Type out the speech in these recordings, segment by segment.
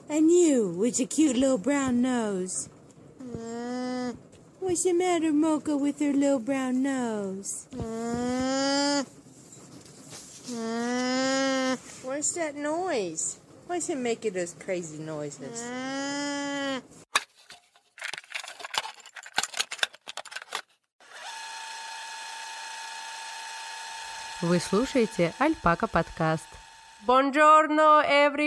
And you, with your cute little brown nose. What's the matter, Mocha, with her little brown nose? What's that noise? Why's he making those crazy noises? Вы слушаете Альпака подкаст. Buongiorno,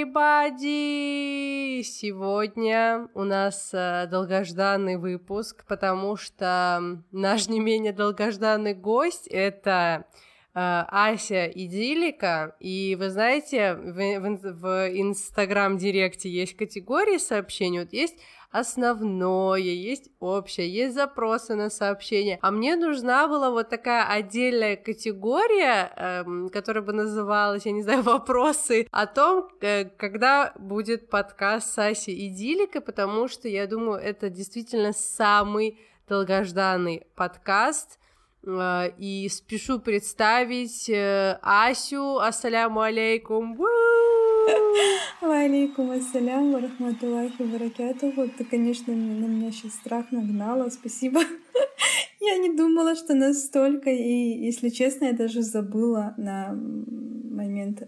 everybody! Сегодня у нас долгожданный выпуск, потому что наш не менее долгожданный гость — это Ася Идиллика. И вы знаете, в Инстаграм-директе есть категории сообщений, вот есть основное, есть общее, есть запросы на сообщения. А мне нужна была вот такая отдельная категория, которая бы называлась, я не знаю, вопросы о том, когда будет подкаст с Асей Идилликой, потому что, я думаю, это действительно самый долгожданный подкаст. И спешу представить Асю. Ассаляму алейкум. Валейкум ассалям, ва рахматуллахи ва баракатуху. Ты, конечно, на меня сейчас страх нагнала. Спасибо. Я не думала, что настолько. И, если честно, я даже забыла на момент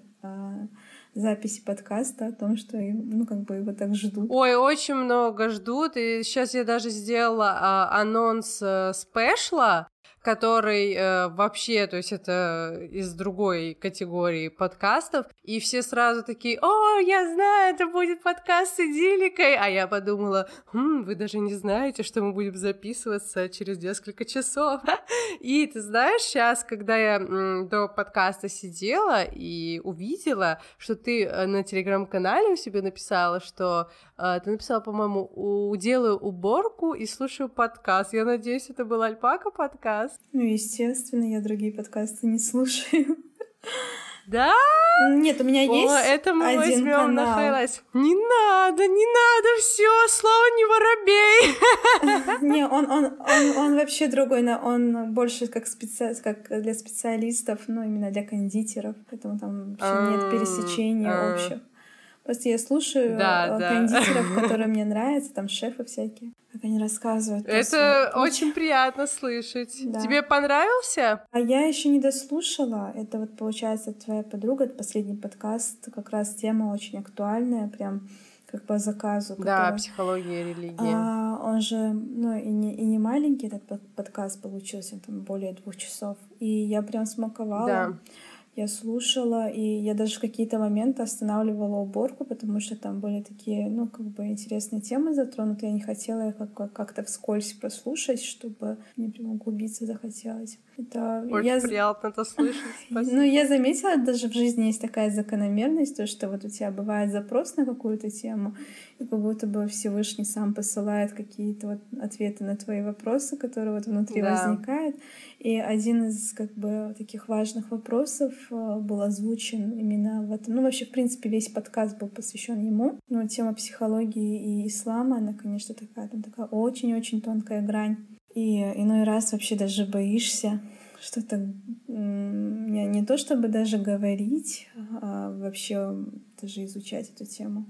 записи подкаста о том, что его так ждут. Ой, очень много ждут. И сейчас я даже сделала анонс спешла, который вообще, то есть это из другой категории подкастов, и все сразу такие: «О, я знаю, это будет подкаст с Идилликой», а я подумала: вы даже не знаете, что мы будем записываться через несколько часов. И ты знаешь, сейчас, когда я до подкаста сидела и увидела, что ты на телеграм-канале у себя написала, что ты написала, по-моему, делаю уборку и слушаю подкаст. Я надеюсь, это был Альпака подкаст. Ну, естественно, я другие подкасты не слушаю. Да? Нет, у меня есть это мы один возьмем канал. на хайлайтс. Не надо, все, слово не воробей. Не, он вообще другой, он больше как для специалистов, именно для кондитеров, поэтому там вообще нет пересечения общих. Просто я слушаю кондитеров, которые мне нравятся, там шефы всякие, как они рассказывают. Это очень приятно слышать. Да. Тебе понравился? А я еще не дослушала. Это вот, получается, твоя подруга, это последний подкаст, как раз тема очень актуальная, прям как по заказу. Да, психология и религия. Он же, и не маленький этот подкаст получился, там более 2 часов. И я прям смаковала. Да. Я слушала, и я даже в какие-то моменты останавливала уборку, потому что там были такие, интересные темы затронуты. Я не хотела их как-то вскользь прослушать, чтобы мне прям углубиться захотелось. Очень приятно это слышать. Спасибо. Я заметила, даже в жизни есть такая закономерность, то, что вот у тебя бывает запрос на какую-то тему, и как будто бы Всевышний сам посылает какие-то вот ответы на твои вопросы, которые вот внутри возникают. И один из таких важных вопросов был озвучен именно в этом. Вообще, в принципе, весь подкаст был посвящен ему. Но тема психологии и ислама, она, конечно, такая очень-очень тонкая грань. И иной раз вообще даже боишься что-то не то чтобы даже говорить, а вообще даже изучать эту тему.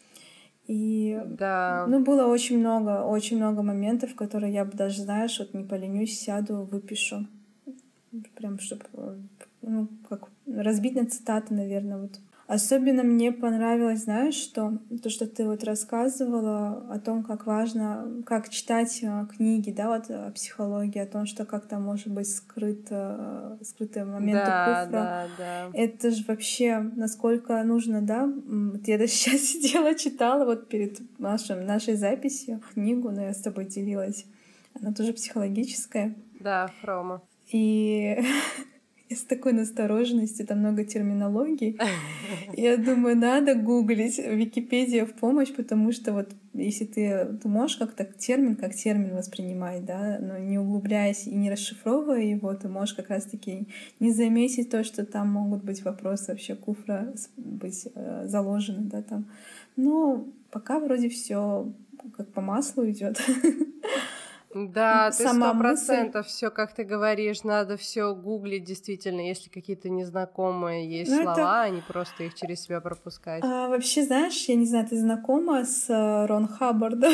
И было очень много моментов, которые я бы даже, знаешь, вот не поленюсь, сяду, выпишу. Прям, чтобы как разбить на цитаты, наверное. Вот. Особенно мне понравилось, знаешь, что ты вот рассказывала о том, как важно, как читать книги, о психологии, о том, что как там может быть скрытые моменты куфра. Да. Это же вообще насколько нужно, Вот я даже сейчас сидела, читала вот перед нашей записью книгу, но я с тобой делилась. Она тоже психологическая. Да, Фрома. И с такой настороженностью, там много терминологий. Я думаю, надо гуглить Википедия в помощь, потому что вот если ты можешь как-то термин как термин воспринимать, но не углубляясь и не расшифровывая его, ты можешь как раз-таки не заметить то, что там могут быть вопросы вообще куфра быть заложены, там. Но пока вроде все как по маслу идет. Да, ты сама мысль. 100% все, как ты говоришь, надо все гуглить действительно, если какие-то незнакомые есть Ну, это слова, а не просто их через себя пропускать. вообще, знаешь, я не знаю, ты знакома с Рон Хаббардом?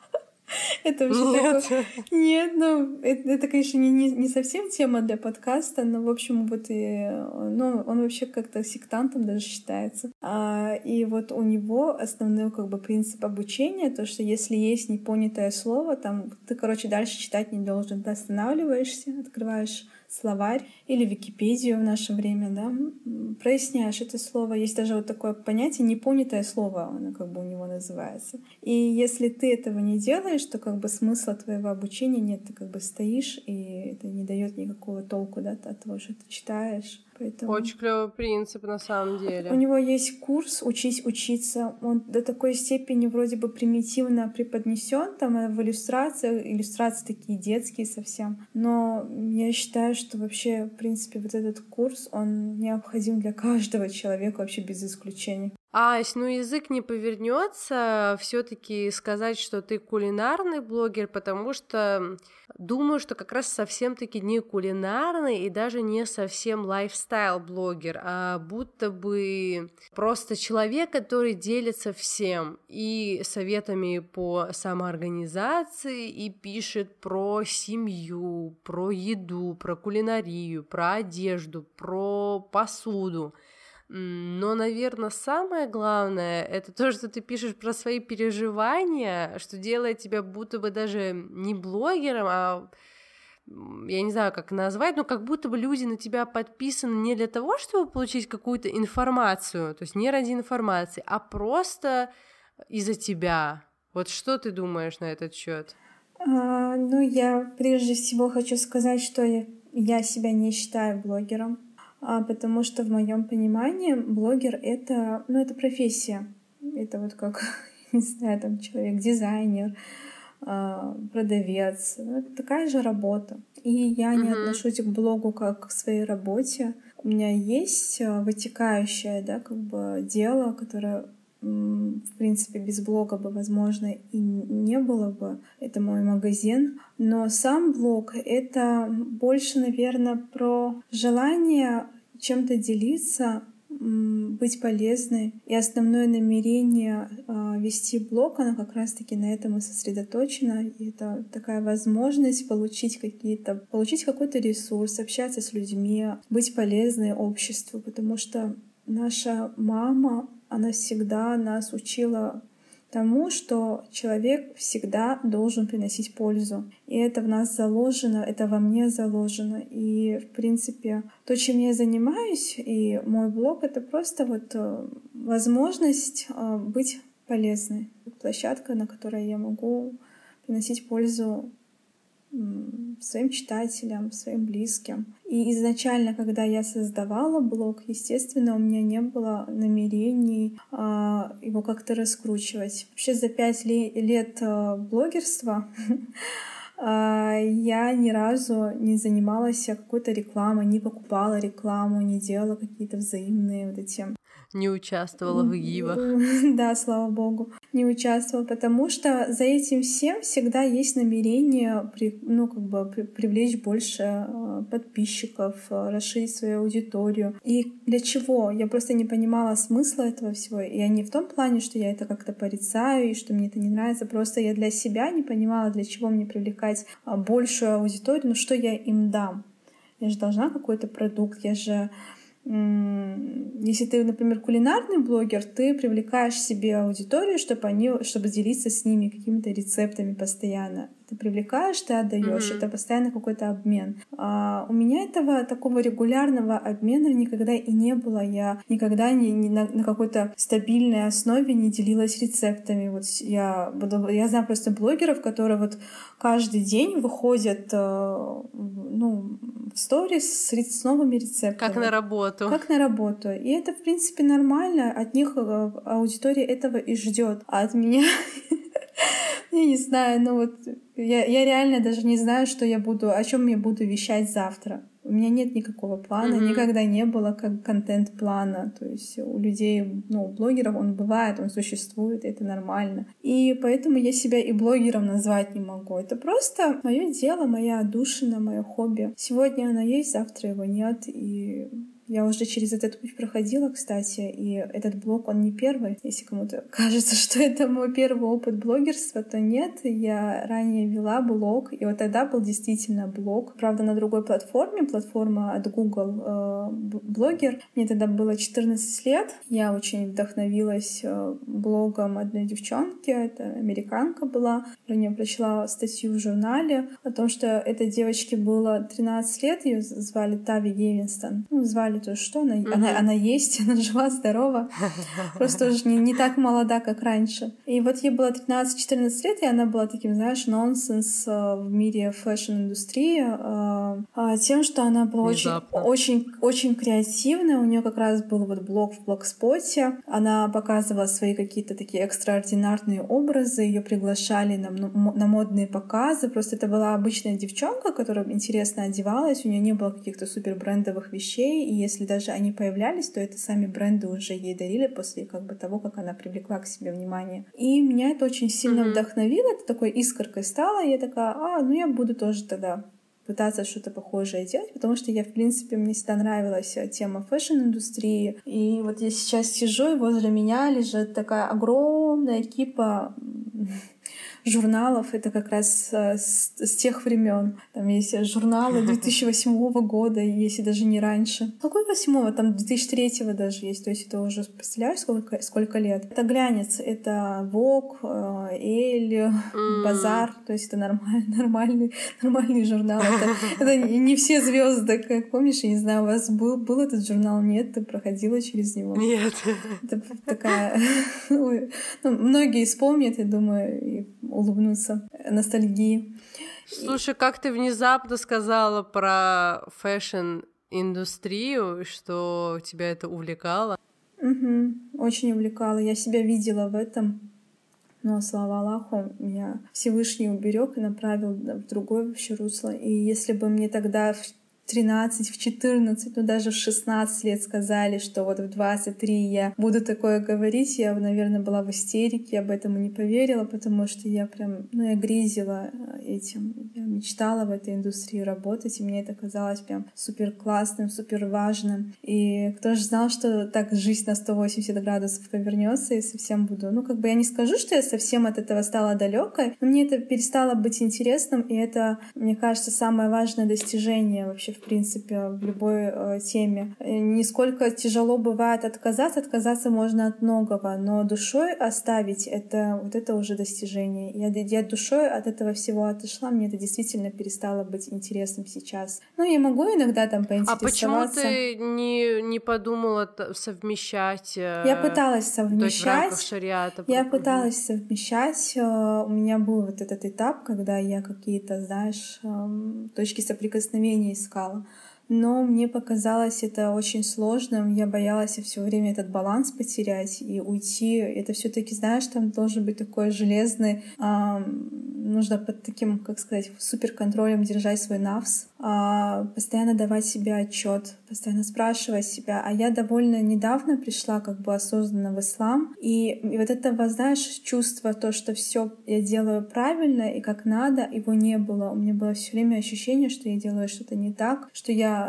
Это вообще такое... Нет. Нет, ну, это конечно, не совсем тема для подкаста, но, в общем, вот и... Ну, он вообще как-то сектантом даже считается. И вот у него основной как бы принцип обучения, то, что если есть непонятое слово, там, ты, короче, дальше читать не должен. Ты останавливаешься, открываешь словарь или Википедию в наше время, да, проясняешь это слово. Есть даже вот такое понятие непонятое слово, оно как бы у него называется. И если ты этого не делаешь, то как бы смысла твоего обучения нет, ты как бы стоишь, и это не дает никакого толку, да, от того, что ты читаешь. Поэтому... Очень клевый принцип на самом деле. У него есть курс «Учись учиться». Он до такой степени вроде бы примитивно преподнесен, там в иллюстрациях, иллюстрации такие детские совсем. Но я считаю, что вообще, в принципе, вот этот курс, он необходим для каждого человека вообще без исключения. Ась, ну язык не повернется все-таки сказать, что ты кулинарный блогер, потому что думаю, что как раз совсем-таки не кулинарный и даже не совсем лайфстайл-блогер, а будто бы просто человек, который делится всем и советами по самоорганизации, и пишет про семью, про еду, про кулинарию, про одежду, про посуду. Но, наверное, самое главное — это то, что ты пишешь про свои переживания, что делает тебя будто бы даже не блогером, а я не знаю, как назвать, но как будто бы люди на тебя подписаны не для того, чтобы получить какую-то информацию, то есть не ради информации, а просто из-за тебя. Вот что ты думаешь на этот счет? Ну, я прежде всего хочу сказать, что я себя не считаю блогером. Потому что в моем понимании блогер — это, ну, это профессия. Это вот как, не знаю, там человек-дизайнер, продавец. Это такая же работа. И я не отношусь к блогу как к своей работе. У меня есть вытекающее, да, как бы дело, которое, в принципе, без блога бы, возможно, и не было бы. Это мой магазин. Но сам блог — это больше, наверное, про желание чем-то делиться, быть полезной. И основное намерение вести блог, оно как раз-таки на этом и сосредоточено. И это такая возможность получить какой-то ресурс, общаться с людьми, быть полезной обществу. Потому что наша мама, она всегда нас учила тому, что человек всегда должен приносить пользу. И это в нас заложено, это во мне заложено. И, в принципе, то, чем я занимаюсь, и мой блог — это просто вот возможность быть полезной. Площадка, на которой я могу приносить пользу своим читателям, своим близким. И изначально, когда я создавала блог, естественно, у меня не было намерений его как-то раскручивать. Вообще за 5 лет блогерства я ни разу не занималась какой-то рекламой, не покупала рекламу, не делала какие-то взаимные вот эти... Не участвовала в гивах. Да, слава богу, не участвовала, потому что за этим всем всегда есть намерение привлечь больше подписчиков, расширить свою аудиторию. И для чего? Я просто не понимала смысла этого всего. И не в том плане, что я это как-то порицаю и что мне это не нравится. Просто я для себя не понимала, для чего мне привлекать большую аудиторию, что я им дам. Я же должна какой-то продукт, если ты, например, кулинарный блогер, ты привлекаешь себе аудиторию, чтобы делиться с ними какими-то рецептами постоянно. Ты привлекаешь, ты отдаешь, это постоянно какой-то обмен. У меня такого регулярного обмена никогда и не было. Я никогда на какой-то стабильной основе не делилась рецептами. Я знаю просто блогеров, которые вот каждый день выходят в сторис с новыми рецептами. Как на работу. Как на работу. И это, в принципе, нормально. От них аудитория этого и ждет. А от меня... Я не знаю, я реально даже не знаю, о чем я буду вещать завтра. У меня нет никакого плана, никогда не было как контент-плана. То есть у людей, ну, у блогеров он бывает, он существует, это нормально. И поэтому я себя и блогером назвать не могу. Это просто мое дело, моя отдушина, мое хобби. Сегодня оно есть, завтра его нет, и я уже через этот путь проходила, кстати, и этот блог, он не первый. Если кому-то кажется, что это мой первый опыт блогерства, то нет. Я ранее вела блог, и вот тогда был действительно блог. Правда, на другой платформе, платформа от Google Блогер. Мне тогда было 14 лет. Я очень вдохновилась блогом одной девчонки, это американка была. Про нее прочла статью в журнале о том, что этой девочке было 13 лет, ее звали Тави Гевинстон. Ну, звали то, что она есть, она жива, здорова. Просто уже не так молода, как раньше. И вот ей было 13-14 лет, и она была таким, знаешь, нонсенс в мире фэшн-индустрии, тем, что она была очень креативная. У нее как раз был вот блог в блогспоте. Она показывала свои какие-то такие экстраординарные образы, ее приглашали на модные показы. Просто это была обычная девчонка, которая интересно одевалась, у нее не было каких-то супер брендовых вещей, и если даже они появлялись, то это сами бренды уже ей дарили после как бы того, как она привлекла к себе внимание. И меня это очень сильно вдохновило, это такой искоркой стало, и я такая, ну я буду тоже тогда пытаться что-то похожее делать, потому что я, в принципе, мне всегда нравилась тема фэшн-индустрии. И вот я сейчас сижу, и возле меня лежит такая огромная кипа журналов. Это как раз с тех времен. Там есть журналы 2008 года, если даже не раньше. Какой 8-го? Там 2003 даже есть. То есть это уже, представляешь, сколько лет? Это глянец, это Vogue, Elle, Базар. То есть это нормальный журнал. Это не все звезды, как помнишь, я не знаю, у вас был этот журнал? Нет, ты проходила через него? Нет. Это такая... Многие вспомнят, я думаю, и улыбнутся ностальгии. Слушай, как ты внезапно сказала про фэшн-индустрию, что тебя это увлекало? Очень увлекало. Я себя видела в этом. Но, слава Аллаху, меня Всевышний уберег и направил в другое вообще русло. И если бы мне тогда в 13, в 14, ну даже в 16 лет сказали, что вот в 23 я буду такое говорить, я, наверное, была в истерике, я бы этому не поверила, потому что я прям, я грезила этим, я мечтала в этой индустрии работать, и мне это казалось прям супер классным, супер важным. И кто же знал, что так жизнь на 180 градусов повернется, и совсем буду, я не скажу, что я совсем от этого стала далекой, но мне это перестало быть интересным, и это, мне кажется, самое важное достижение вообще в принципе, в любой теме. Нисколько тяжело бывает отказаться можно от многого, но душой оставить это уже достижение. Я душой от этого всего отошла, мне это действительно перестало быть интересным сейчас. Я могу иногда там поинтересоваться. А почему ты не подумала совмещать? Я пыталась совмещать. То есть в рамках шариата? Я пыталась совмещать. У меня был вот этот этап, когда я какие-то, знаешь, точки соприкосновения искала. Но мне показалось это очень сложным. Я боялась все время этот баланс потерять и уйти. Это все-таки, знаешь, там должен быть такой железный... нужно под таким, как сказать, суперконтролем держать свой навс, постоянно давать себе отчет, постоянно спрашивать себя. А я довольно недавно пришла как бы осознанно в ислам. И вот этого, знаешь, чувство, то, что все я делаю правильно и как надо, его не было. У меня было все время ощущение, что я делаю что-то не так, что я,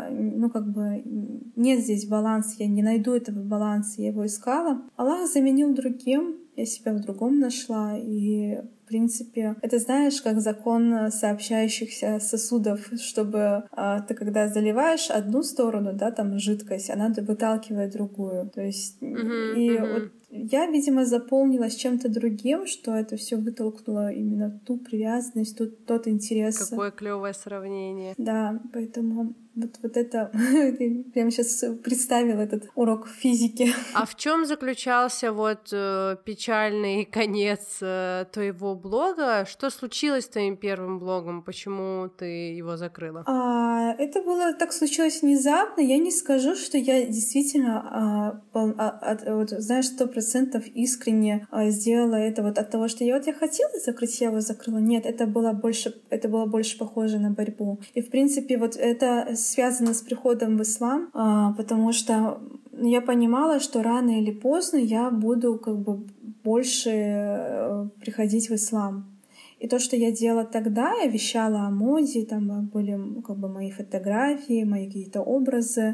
нет здесь баланса, я не найду этого баланса, я его искала. Аллах заменил другим, я себя в другом нашла, и в принципе, это знаешь, как закон сообщающихся сосудов, чтобы ты когда заливаешь одну сторону, да, там жидкость, она выталкивает другую. То есть вот я, видимо, заполнилась чем-то другим, что это все вытолкнуло именно ту привязанность, тот интерес. Какое клевое сравнение. Да, поэтому вот это я прямо сейчас представила этот урок физики. А в чем заключался печальный конец твоего блога? Что случилось с твоим первым блогом? Почему ты его закрыла? Это было так случилось внезапно. Я не скажу, что я действительно, знаешь, 100% искренне сделала это от того, что я хотела закрыть, я его закрыла. Нет, это было больше похоже на борьбу. И в принципе это связано с приходом в ислам, потому что я понимала, что рано или поздно я буду как бы больше приходить в ислам. И то, что я делала тогда, я вещала о моде, там были как бы мои фотографии, мои какие-то образы,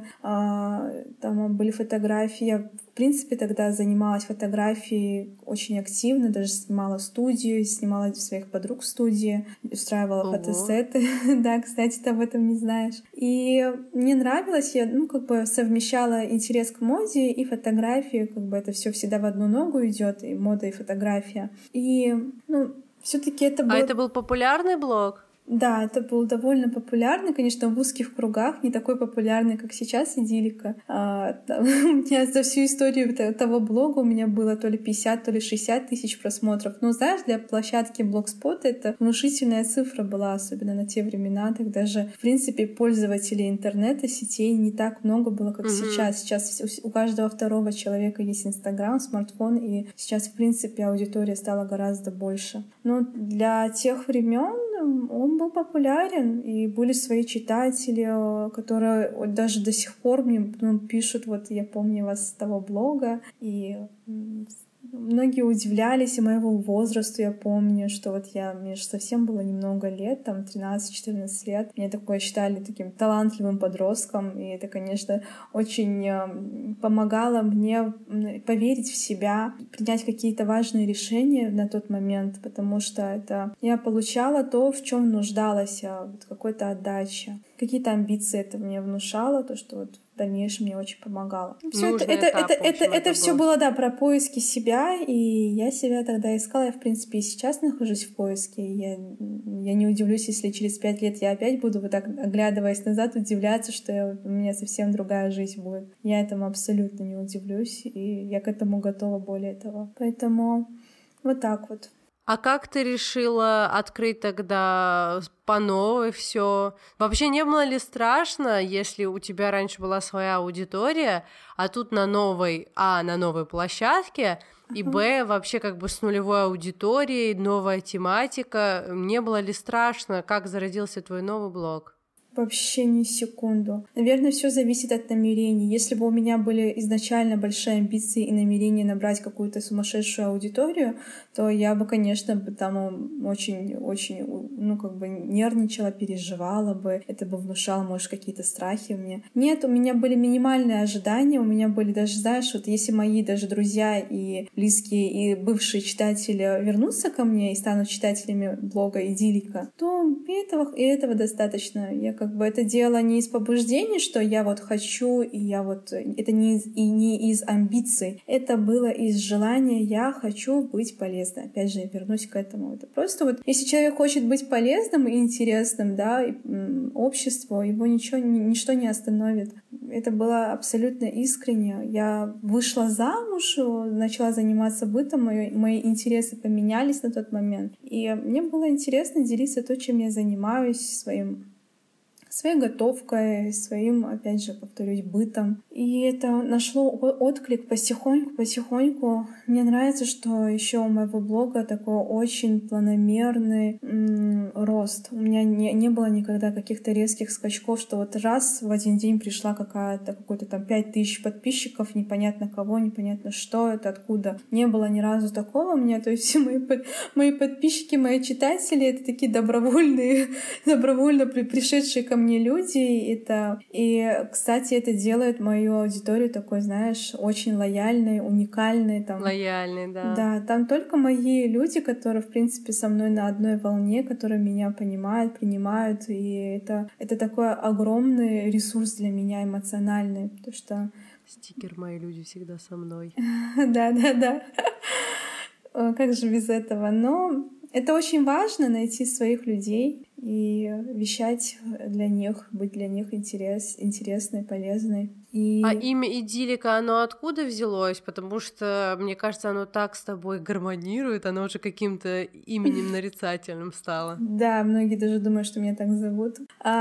там были фотографии. Я, в принципе, тогда занималась фотографией очень активно, даже снимала студию, снимала своих подруг в студии, устраивала фотосеты. Да, кстати, ты об этом не знаешь. И мне нравилось, я, как бы совмещала интерес к моде и фотографии, как бы это все всегда в одну ногу идет, и мода, и фотография. И, все-таки это был... А это был популярный блог? Да, это был довольно популярный, конечно, в узких кругах, не такой популярный, как сейчас Идиллика. У меня за всю историю того блога у меня было то ли 50, то ли 60 тысяч просмотров. Но, знаешь, для площадки Blogspot это внушительная цифра была, особенно на те времена. Тогда же, в принципе, пользователей интернета, сетей не так много было, как сейчас. Сейчас у каждого второго человека есть Инстаграм, смартфон, и сейчас, в принципе, аудитория стала гораздо больше. Но для тех времен он был популярен, и были свои читатели, которые даже до сих пор мне пишут, вот я помню вас с того блога, и многие удивлялись и моего возраста, я помню, что вот мне же совсем было немного лет, там 13-14 лет. Меня такое считали таким талантливым подростком, и это, конечно, очень помогало мне поверить в себя, принять какие-то важные решения на тот момент, потому что я получала то, в чем нуждалась, какой-то отдачи. Какие-то амбиции это мне внушало, то, что вот в дальнейшем мне очень помогало. Это все было, да, про поиски себя, и я себя тогда искала. Я, в принципе, и сейчас нахожусь в поиске. Я не удивлюсь, если через 5 лет я опять буду вот так, оглядываясь назад, удивляться, что у меня совсем другая жизнь будет. Я этому абсолютно не удивлюсь, и я к этому готова, более того. Поэтому вот так вот. А как ты решила открыть тогда по новой все? Вообще не было ли страшно, если у тебя раньше была своя аудитория, а тут на новой площадке, и вообще как бы с нулевой аудиторией, новая тематика? Не было ли страшно, как зародился твой новый блог? Вообще ни секунду. Наверное, все зависит от намерений. Если бы у меня были изначально большие амбиции и намерения набрать какую-то сумасшедшую аудиторию, то я бы, конечно, там очень-очень, нервничала, переживала бы. Это бы внушало, может, какие-то страхи мне. Нет, у меня были минимальные ожидания. У меня были даже, знаешь, вот если мои даже друзья и близкие, и бывшие читатели вернутся ко мне и станут читателями блога Идиллика, то и этого достаточно. Я это дело не из побуждений, что я вот хочу, и я вот... Это не из амбиций. Это было из желания «я хочу быть полезной». Опять же, я вернусь к этому. Это просто вот... Если человек хочет быть полезным и интересным, да, обществу, его ничто не остановит. Это было абсолютно искренне. Я вышла замуж, начала заниматься бытом, мои интересы поменялись на тот момент. И мне было интересно делиться то, чем я занимаюсь, своей готовкой, своим, опять же, повторюсь, бытом. И это нашло отклик потихоньку. Мне нравится, что еще у моего блога такой очень планомерный рост. У меня не было никогда каких-то резких скачков, что вот раз в один день пришла какой-то там 5000 подписчиков, непонятно кого, непонятно что это, откуда. Не было ни разу такого у меня. То есть все мои подписчики, мои читатели — это такие добровольно пришедшие ко мне люди. И, кстати, это делает мою аудиторию такой, знаешь, очень лояльной, уникальной. Лояльной, да. Да, там только мои люди, которые, в принципе, со мной на одной волне, которые меня понимают, принимают. И это такой огромный ресурс для меня эмоциональный, потому что... Стикер «Мои люди всегда со мной». Да. Как же без этого? Но это очень важно — найти своих людей и вещать для них, быть для них интересной, полезной. А имя Идиллика, оно откуда взялось? Потому что, мне кажется, оно так с тобой гармонирует, оно уже каким-то именем нарицательным стало. Да, многие даже думают, что меня так зовут.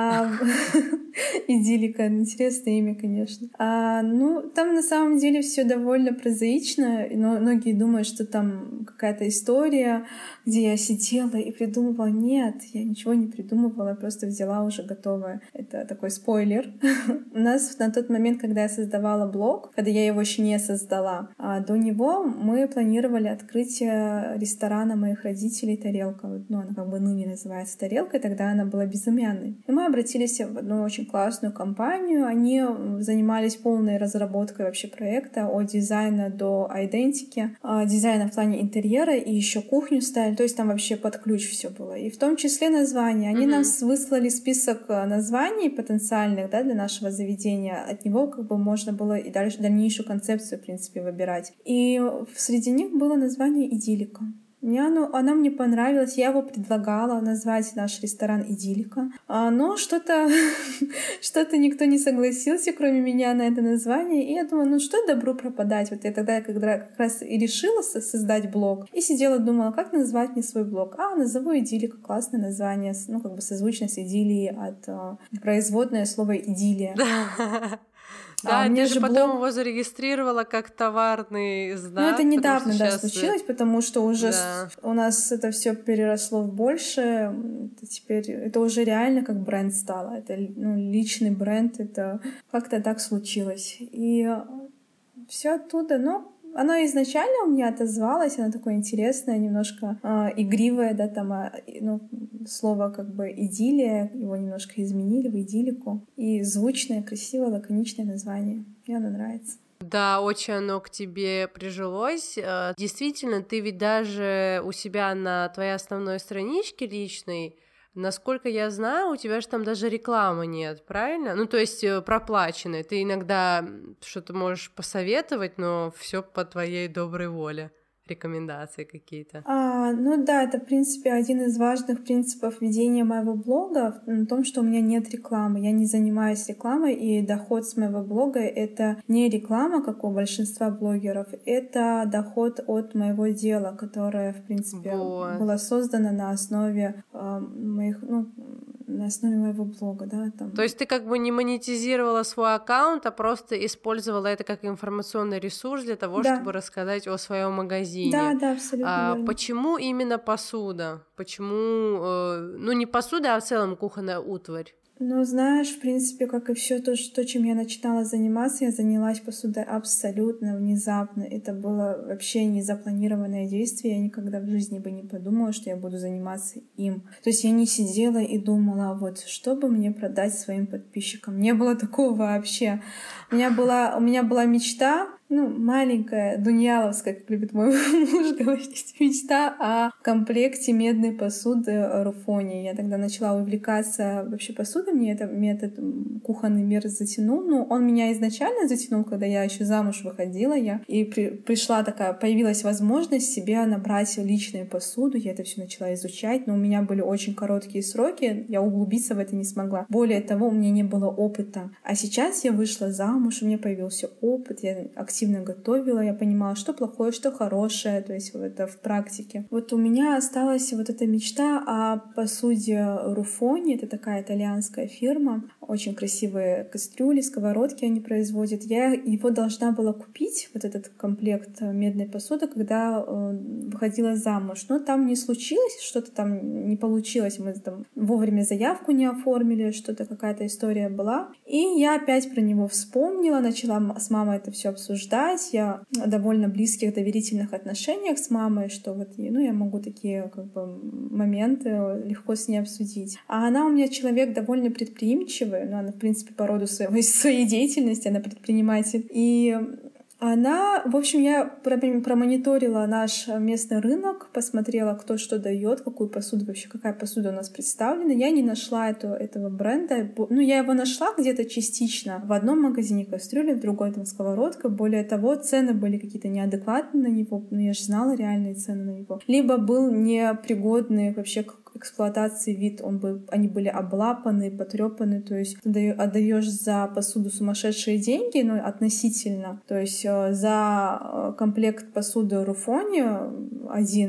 Идиллика — интересное имя, конечно. Там на самом деле все довольно прозаично, но многие думают, что там какая-то история, где я сидела и придумывала. Нет, я ничего не придумывала, просто взяла уже готовое. Это такой спойлер. У нас на тот момент, когда я создавала блог, когда я его еще не создала, до него мы планировали открытие ресторана моих родителей «Тарелка». Ну, она как бы ныне называется «Тарелкой», тогда она была безымянной. И мы обратились в одну очень классную компанию. Они занимались полной разработкой вообще проекта от дизайна до идентики, дизайна в плане интерьера, и еще кухню ставили. То есть там вообще под ключ все было. И в том числе названия. Они нам выслали список названий потенциальных, да, для нашего заведения. От него как бы можно было и дальше дальнейшую концепцию, в принципе, выбирать. И среди них было название «Идиллика». Она мне понравилась, я его предлагала назвать наш ресторан «Идиллика», но что-то никто не согласился, кроме меня, на это название, и я думала, ну что добру пропадать. Вот я тогда как раз и решила создать блог, и сидела, думала, как назвать мне свой блог. Назову «Идиллика», классное название, ну как бы созвучно с идиллией, от производное слово «идиллия». Да, ты же потом его зарегистрировала как товарный знак. Ну, это недавно, случилось, потому что уже у нас это все переросло в большее. Теперь это уже реально как бренд стало. Это личный бренд, это как-то так случилось. И все оттуда, оно изначально у меня отозвалось, оно такое интересное, немножко игривое, да, там, слово как бы идиллия, его немножко изменили в идиллику. И звучное, красивое, лаконичное название. Мне оно нравится. Да, очень оно к тебе прижилось. Действительно, ты ведь даже у себя на твоей основной страничке личной, насколько я знаю, у тебя же там даже рекламы нет, правильно? Ну, то есть проплаченной. Ты иногда что-то можешь посоветовать, но все по твоей доброй воле. Рекомендации какие-то. Да, это, в принципе, один из важных принципов ведения моего блога в том, что у меня нет рекламы. Я не занимаюсь рекламой, и доход с моего блога — это не реклама, как у большинства блогеров, это доход от моего дела, которое, в принципе, было создано на основе на основе моего блога, да, там. То есть ты как бы не монетизировала свой аккаунт, а просто использовала это как информационный ресурс для того, чтобы рассказать о своем магазине. Да, абсолютно верно. Почему именно посуда? Почему, не посуда, а в целом кухонная утварь? Знаешь, в принципе, как и все то, чем я начинала заниматься, я занялась посудой абсолютно внезапно. Это было вообще незапланированное действие. Я никогда в жизни бы не подумала, что я буду заниматься им. То есть я не сидела и думала, вот, что бы мне продать своим подписчикам. Не было такого вообще. У меня была мечта, маленькая, дуньяловская, как любит мой муж говорить, мечта о комплекте медной посуды Руфони. Я тогда начала увлекаться вообще посудой, мне этот кухонный мир затянул. Он меня изначально затянул, когда я еще замуж выходила, появилась возможность себе набрать личную посуду, я это все начала изучать, но у меня были очень короткие сроки, я углубиться в это не смогла. Более того, у меня не было опыта. А сейчас я вышла замуж, у меня появился опыт, я активно готовила, я понимала, что плохое, что хорошее, то есть это в практике. Вот у меня осталась вот эта мечта о посуде Руфони, это такая итальянская фирма, очень красивые кастрюли, сковородки они производят. Я его должна была купить, вот этот комплект медной посуды, когда выходила замуж, но там не случилось, что-то там не получилось, мы там вовремя заявку не оформили, что-то какая-то история была, и я опять про него вспомнила, начала с мамой это все обсуждать. Я в довольно близких доверительных отношениях с мамой, что вот я могу такие как бы моменты легко с ней обсудить. А она у меня человек довольно предприимчивый, она, в принципе, по роду своей деятельности, она предприниматель. И я промониторила наш местный рынок, посмотрела, кто что дает, какую посуду вообще, какая посуда у нас представлена. Я не нашла этого бренда. Я его нашла где-то частично. В одном магазине кастрюли, в другой там сковородка. Более того, цены были какие-то неадекватные на него. Я же знала реальные цены на него. Либо был непригодный вообще к эксплуатации вид, они были облапаны, потрепаны, то есть ты отдаешь за посуду сумасшедшие деньги, относительно, то есть за комплект посуды Руфони один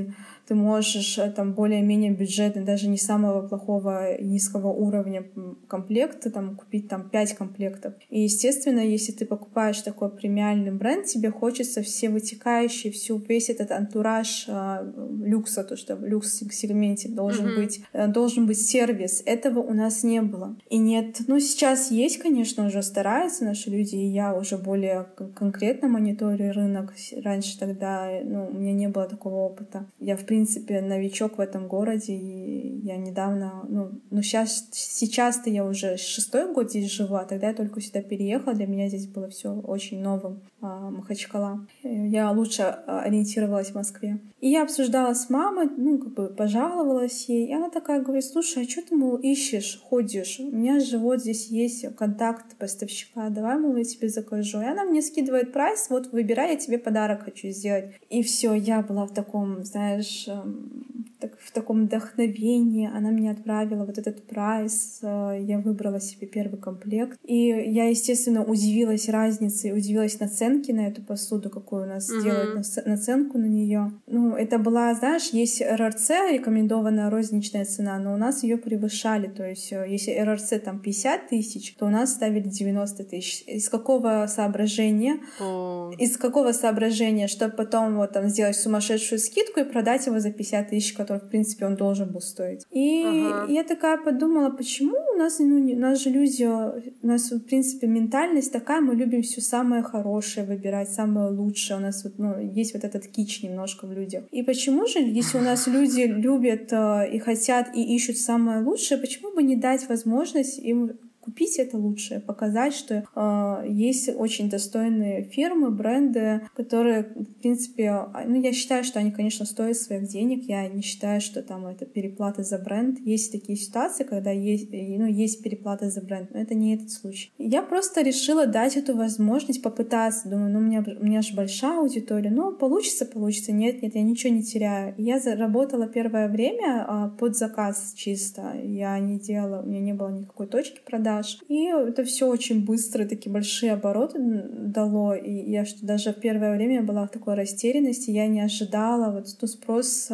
ты можешь там более-менее бюджетный, даже не самого плохого и низкого уровня комплекта, там купить там 5 комплектов. И, естественно, если ты покупаешь такой премиальный бренд, тебе хочется все вытекающие, весь этот антураж люкса, то, что в люкс-сегменте должен быть сервис. Этого у нас не было. И нет, ну, сейчас есть, конечно, уже стараются наши люди, и я уже более конкретно мониторю рынок. Раньше тогда, ну, у меня не было такого опыта. Я, в принципе, новичок в этом городе, и я недавно, ну сейчас-то я уже 6-й год здесь живу, а тогда я только сюда переехала, для меня здесь было все очень новым, Махачкала. Я лучше ориентировалась в Москве. И я обсуждала с мамой, ну, как бы пожаловалась ей, и она такая говорит: слушай, а что ты, мол, ищешь, ходишь? У меня же вот здесь есть контакт поставщика, давай, мол, я тебе закажу. И она мне скидывает прайс, вот выбирай, я тебе подарок хочу сделать. И все, я была в таком, знаешь, в таком вдохновении. Она меня отправила вот этот прайс, я выбрала себе первый комплект. И я, естественно, удивилась разнице, удивилась наценке на эту посуду, какую у нас делают наценку на нее. Ну, это была, знаешь, есть РРЦ, рекомендованная розничная цена, но у нас ее превышали. То есть, если РРЦ там 50 тысяч, то у нас ставили 90 тысяч. Из какого соображения? Чтобы потом вот там сделать сумасшедшую скидку и продать его за 50 тысяч, который, в принципе, он должен был стоить. И я такая подумала, почему у нас же люди, у нас, в принципе, ментальность такая, мы любим все самое хорошее выбирать, самое лучшее. У нас вот, есть вот этот кич немножко в людях. И почему же, если у нас люди любят и хотят, и ищут самое лучшее, почему бы не дать возможность им купить это лучшее, показать, что есть очень достойные фирмы, бренды, которые, в принципе, ну, я считаю, что они, конечно, стоят своих денег, я не считаю, что там это переплата за бренд. Есть такие ситуации, когда есть переплата за бренд, но это не этот случай. Я просто решила дать эту возможность, попытаться. Думаю, у меня же большая аудитория, получится. Нет, я ничего не теряю. Я заработала первое время под заказ чисто. Я не делала, у меня не было никакой точки продаж. И это все очень быстро, такие большие обороты дало. И я что даже в первое время была в такой растерянности, я не ожидала. Вот спрос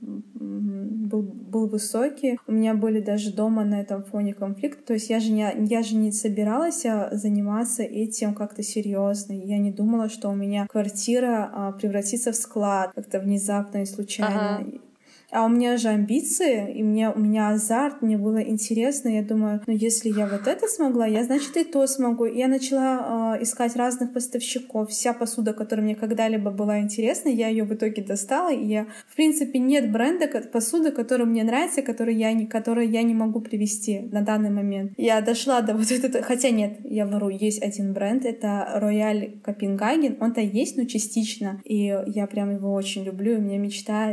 был высокий. У меня были даже дома на этом фоне конфликты. То есть я же не собиралась заниматься этим как-то серьезно. Я не думала, что у меня квартира превратится в склад как-то внезапно и случайно. А у меня же амбиции, и у меня азарт, мне было интересно. Я думаю, если я вот это смогла, я, значит, и то смогу. И я начала искать разных поставщиков. Вся посуда, которая мне когда-либо была интересна, я ее в итоге достала. И в принципе, нет бренда посуды, который мне нравится, который я не могу привести на данный момент. Я дошла до вот этого. Хотя нет, я вру, есть один бренд, это Royal Copenhagen. Он-то есть, но частично. И я прям его очень люблю. У меня мечта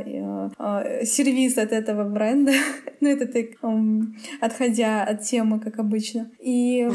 сервис от этого бренда. Это так, отходя от темы, как обычно. И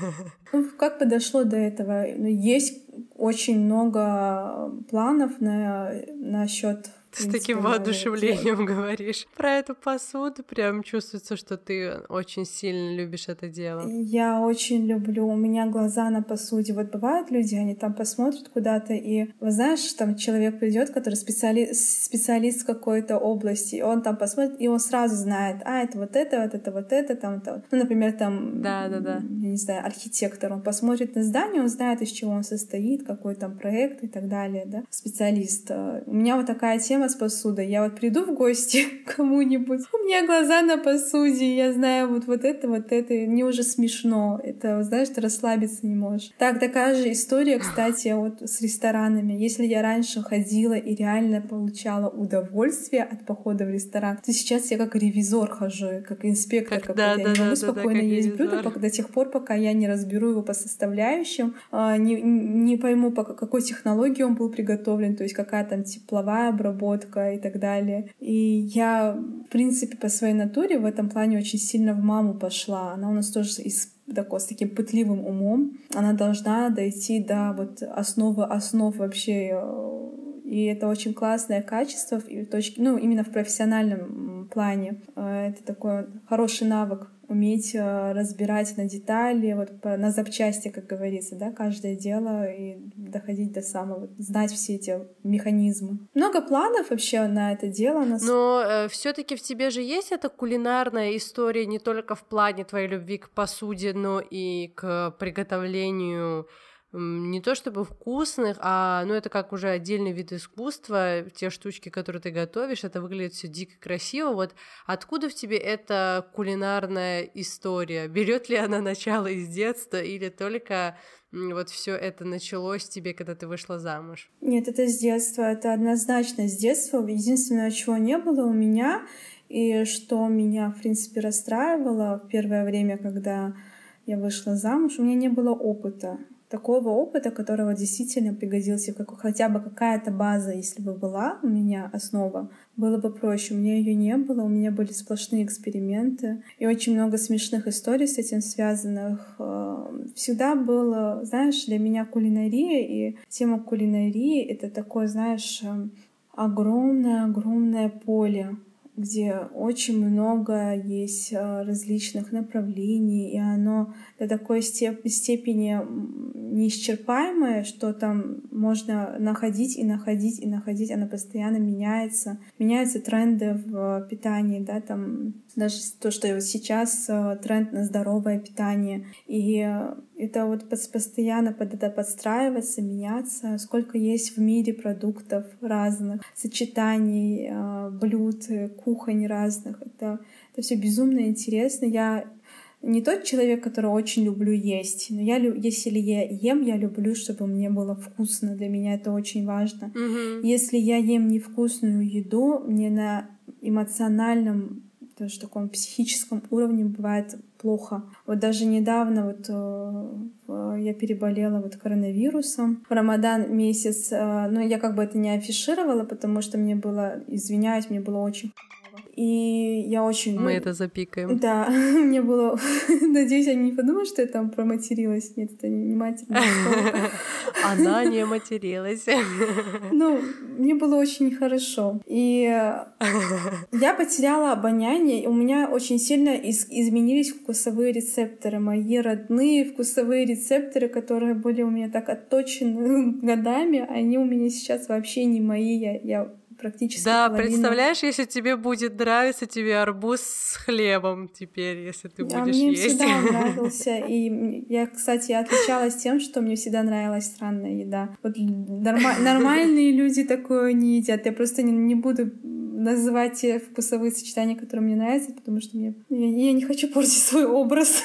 как подошло до этого? Есть очень много планов насчет. Ты с таким воодушевлением говоришь про эту посуду. Прям чувствуется, что ты очень сильно любишь это дело. Я очень люблю. У меня глаза на посуде. Вот бывают люди, они там посмотрят куда-то, и, знаешь, там человек придет, который специалист в какой-то области, и он там посмотрит, и он сразу знает, это вот это, там. Ну, например, там, да. Я не знаю, архитектор, он посмотрит на здание, он знает, из чего он состоит, какой там проект и так далее, да, специалист. У меня вот такая тема с посудой. Я вот приду в гости к кому-нибудь, у меня глаза на посуде, я знаю вот это, мне уже смешно. Это, знаешь, ты расслабиться не можешь. Такая же история, кстати, вот с ресторанами. Если я раньше ходила и реально получала удовольствие от похода в ресторан, то сейчас я как ревизор хожу, как инспектор какой-то. Я не могу спокойно есть блюдо до тех пор, пока я не разберу его по составляющим, не пойму, по какой технологии он был приготовлен, то есть какая там тепловая обработка и так далее. И я, в принципе, по своей натуре в этом плане очень сильно в маму пошла. Она у нас тоже с таким пытливым умом. Она должна дойти до вот основы основ вообще. И это очень классное качество именно в профессиональном плане. Это такой хороший навык уметь разбирать на детали, вот на запчасти, как говорится, да, каждое дело и доходить до самого, знать все эти механизмы. Много планов вообще на это дело. Но все-таки в тебе же есть эта кулинарная история не только в плане твоей любви к посуде, но и к приготовлению не то чтобы вкусных, ну это как уже отдельный вид искусства, те штучки, которые ты готовишь, это выглядит все дико красиво. Вот откуда в тебе эта кулинарная история? Берет ли она начало из детства или только вот все это началось в тебе, когда ты вышла замуж? Нет, это с детства, это однозначно с детства. Единственное, чего не было у меня, и что меня, в принципе, расстраивало в первое время, когда я вышла замуж, у меня не было опыта. Такого опыта, которого действительно пригодился, хотя бы какая-то база, если бы была у меня основа, было бы проще. У меня ее не было, у меня были сплошные эксперименты и очень много смешных историй с этим связанных. Всегда было, знаешь, для меня кулинария и тема кулинарии — это такое, знаешь, огромное поле, где очень много есть различных направлений, и оно до такой степени неисчерпаемое, что там можно находить, оно постоянно меняется. Меняются тренды в питании, да, там даже то, что вот сейчас тренд на здоровое питание. И это вот постоянно под это подстраиваться, меняться. Сколько есть в мире продуктов разных, сочетаний, блюд, кухонь разных. Это все безумно интересно. Я не тот человек, который очень люблю есть, но если я ем, я люблю, чтобы мне было вкусно. Для меня это очень важно. Если я ем невкусную еду, мне на эмоциональном, тоже таком психическом уровне бывает плохо. Вот даже недавно я переболела коронавирусом в Рамадан месяц, но я как бы это не афишировала, потому что мне было очень и я очень... Мы это запикаем. Да, мне было... Надеюсь, они не подумают, что я там проматерилась. Нет, это не матерное слово. Она не материлась. Мне было очень нехорошо. И я потеряла обоняние. У меня очень сильно изменились вкусовые рецепторы. Мои родные вкусовые рецепторы, которые были у меня так отточены годами, они у меня сейчас вообще не мои. Я практически половину. Представляешь, если тебе будет нравиться арбуз с хлебом теперь, если ты будешь мне есть. Всегда нравился. И я, кстати, отличалась тем, что мне всегда нравилась странная еда. Вот нормальные люди такое не едят. Я просто не буду называть те вкусовые сочетания, которые мне нравятся, потому что я не хочу портить свой образ.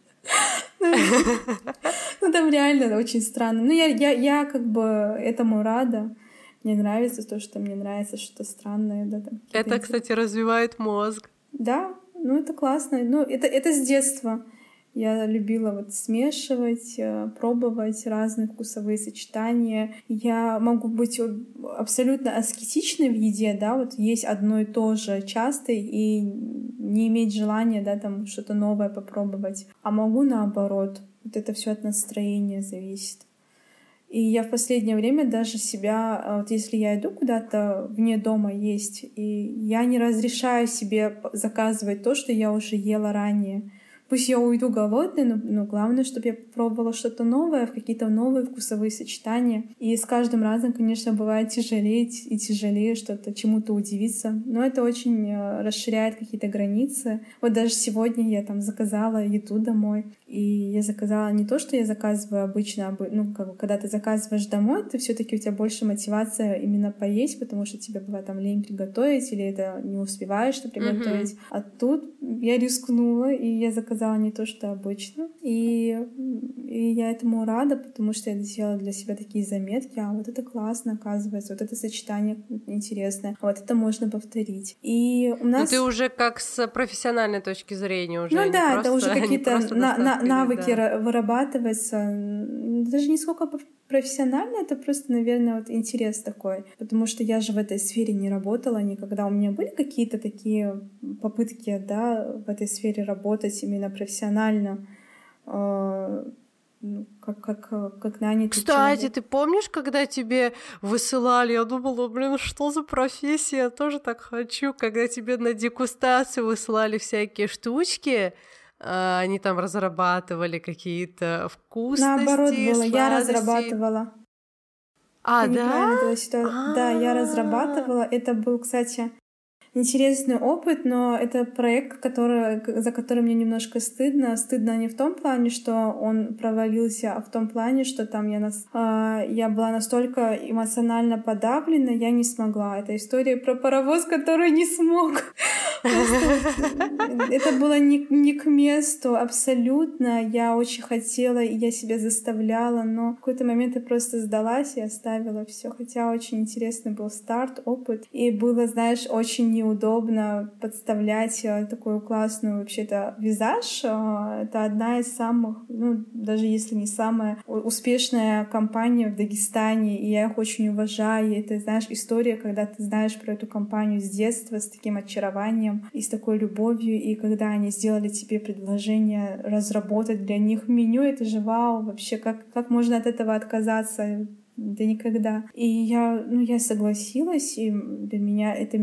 Там реально очень странно. Я как бы этому рада. Мне нравится то, что мне нравится что-то странное. Да, там, это, кстати, развивает мозг. Да, это классно. Это с детства. Я любила смешивать, пробовать разные вкусовые сочетания. Я могу быть абсолютно аскетичной в еде, да, есть одно и то же часто и не иметь желания, да, там что-то новое попробовать. А могу наоборот. Это все от настроения зависит. И я в последнее время даже себя, если я иду куда-то вне дома есть, и я не разрешаю себе заказывать то, что я уже ела ранее. Пусть я уйду голодной, но главное, чтобы я пробовала что-то новое, в какие-то новые вкусовые сочетания. И с каждым разом, конечно, бывает тяжелее что-то, чему-то удивиться. Но это очень расширяет какие-то границы. Вот даже сегодня я там заказала еду домой. И я заказала не то, что я заказываю обычно, когда ты заказываешь домой, ты все-таки у тебя больше мотивация именно поесть, потому что тебе бывает там лень приготовить, или это не успеваешь что приготовить. А тут я рискнула, и я заказала не то, что обычно. И я этому рада, потому что я сделала для себя такие заметки. Вот это классно, оказывается, вот это сочетание интересное, а вот это можно повторить. И у нас... Но ты уже как с профессиональной точки зрения уже. Это уже какие-то навыки вырабатываются. Даже не сколько профессионально, это просто, наверное, интерес такой. Потому что я же в этой сфере не работала никогда. У меня были какие-то такие попытки, да, в этой сфере работать именно профессионально, как нанятый Кстати, человек. ты помнишь, когда тебе высылали, я думала, что за профессия, я тоже так хочу, когда тебе на дегустацию высылали всякие штучки, они там разрабатывали какие-то вкусности, Наоборот было, я сладости. разрабатывала. А, Ты да? неправильно тогда ситуацию. Да, я разрабатывала. Это был, кстати, интересный опыт, но это проект, за который мне немножко стыдно. Стыдно не в том плане, что он провалился, а в том плане, что там я была настолько эмоционально подавлена, я не смогла. Это история про паровоз, который не смог. Это было не к месту абсолютно. Я очень хотела, и я себя заставляла, но в какой-то момент я просто сдалась и оставила все. Хотя очень интересный был старт, опыт. И было, знаешь, очень неудобно подставлять такую классную вообще-то визаж. Это одна из самых, даже если не самая успешная компания в Дагестане, и я их очень уважаю. И это, знаешь, история, когда ты знаешь про эту компанию с детства, с таким очарованием и с такой любовью, и когда они сделали тебе предложение разработать для них меню, это же вау, вообще, как можно от этого отказаться? Да никогда. И я согласилась, и для меня это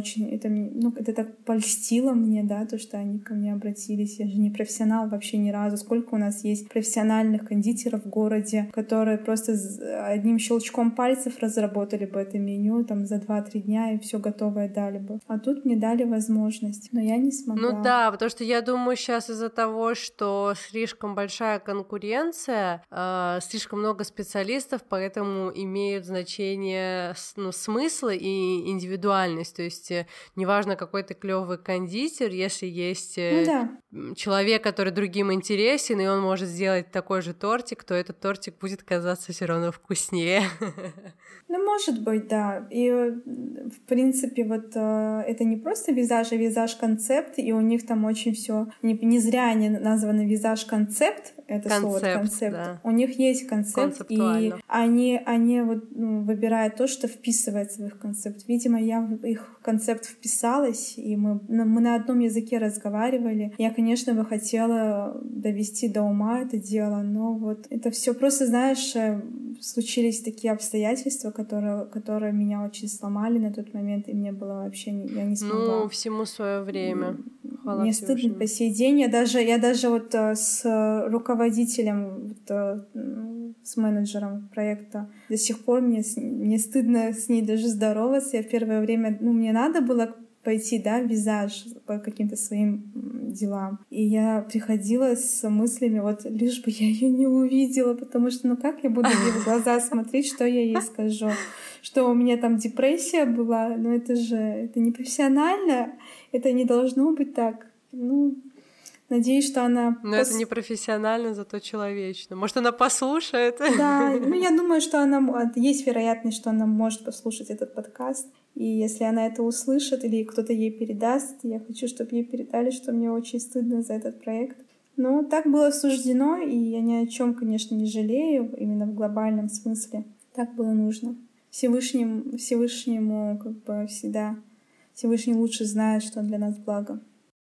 так польстило мне, да, то, что они ко мне обратились. Я же не профессионал вообще ни разу. Сколько у нас есть профессиональных кондитеров в городе, которые просто одним щелчком пальцев разработали бы это меню там за 2-3 дня и все готовое дали бы. А тут мне дали возможность, но я не смогла. Ну да, потому что я думаю, сейчас из-за того, что слишком большая конкуренция, слишком много специалистов, поэтому имеют значение смысл и индивидуальность. То есть неважно, какой ты клёвый кондитер, если есть человек, который другим интересен, и он может сделать такой же тортик, то этот тортик будет казаться все равно вкуснее. Ну, может быть, да. И, в принципе, вот это не просто визаж, а визаж-концепт, и у них там очень все не зря они названы визаж-концепт, это слово концепт. Да. У них есть концепт, и они вот, выбирают то, что вписывается в их концепт. Видимо, я в их концепт вписалась, и мы на одном языке разговаривали. Я, конечно, бы хотела довести до ума это дело, но вот это все просто, знаешь, случились такие обстоятельства, которые меня очень сломали на тот момент, и мне было вообще... Я не смогла. Ну, всему свое время. Хвала мне стыдно по сей день. Я даже вот с руководителем, с менеджером проекта до сих пор мне стыдно с ней даже здороваться. Я в первое время... мне надо было пойти, да, в визаж по каким-то своим делам. И я приходила с мыслями, вот лишь бы я ее не увидела, потому что, как я буду ей в глаза смотреть, что я ей скажу? Что у меня там депрессия была? Это не профессионально, это не должно быть так. Надеюсь, что она... Но это не профессионально, зато человечно. Может, она послушает? Да, я думаю, что есть вероятность, что она может послушать этот подкаст. И если она это услышит или кто-то ей передаст, я хочу, чтобы ей передали, что мне очень стыдно за этот проект. Но так было суждено, и я ни о чем, конечно, не жалею, именно в глобальном смысле. Так было нужно. Всевышнему всегда Всевышний лучше знает, что для нас благо.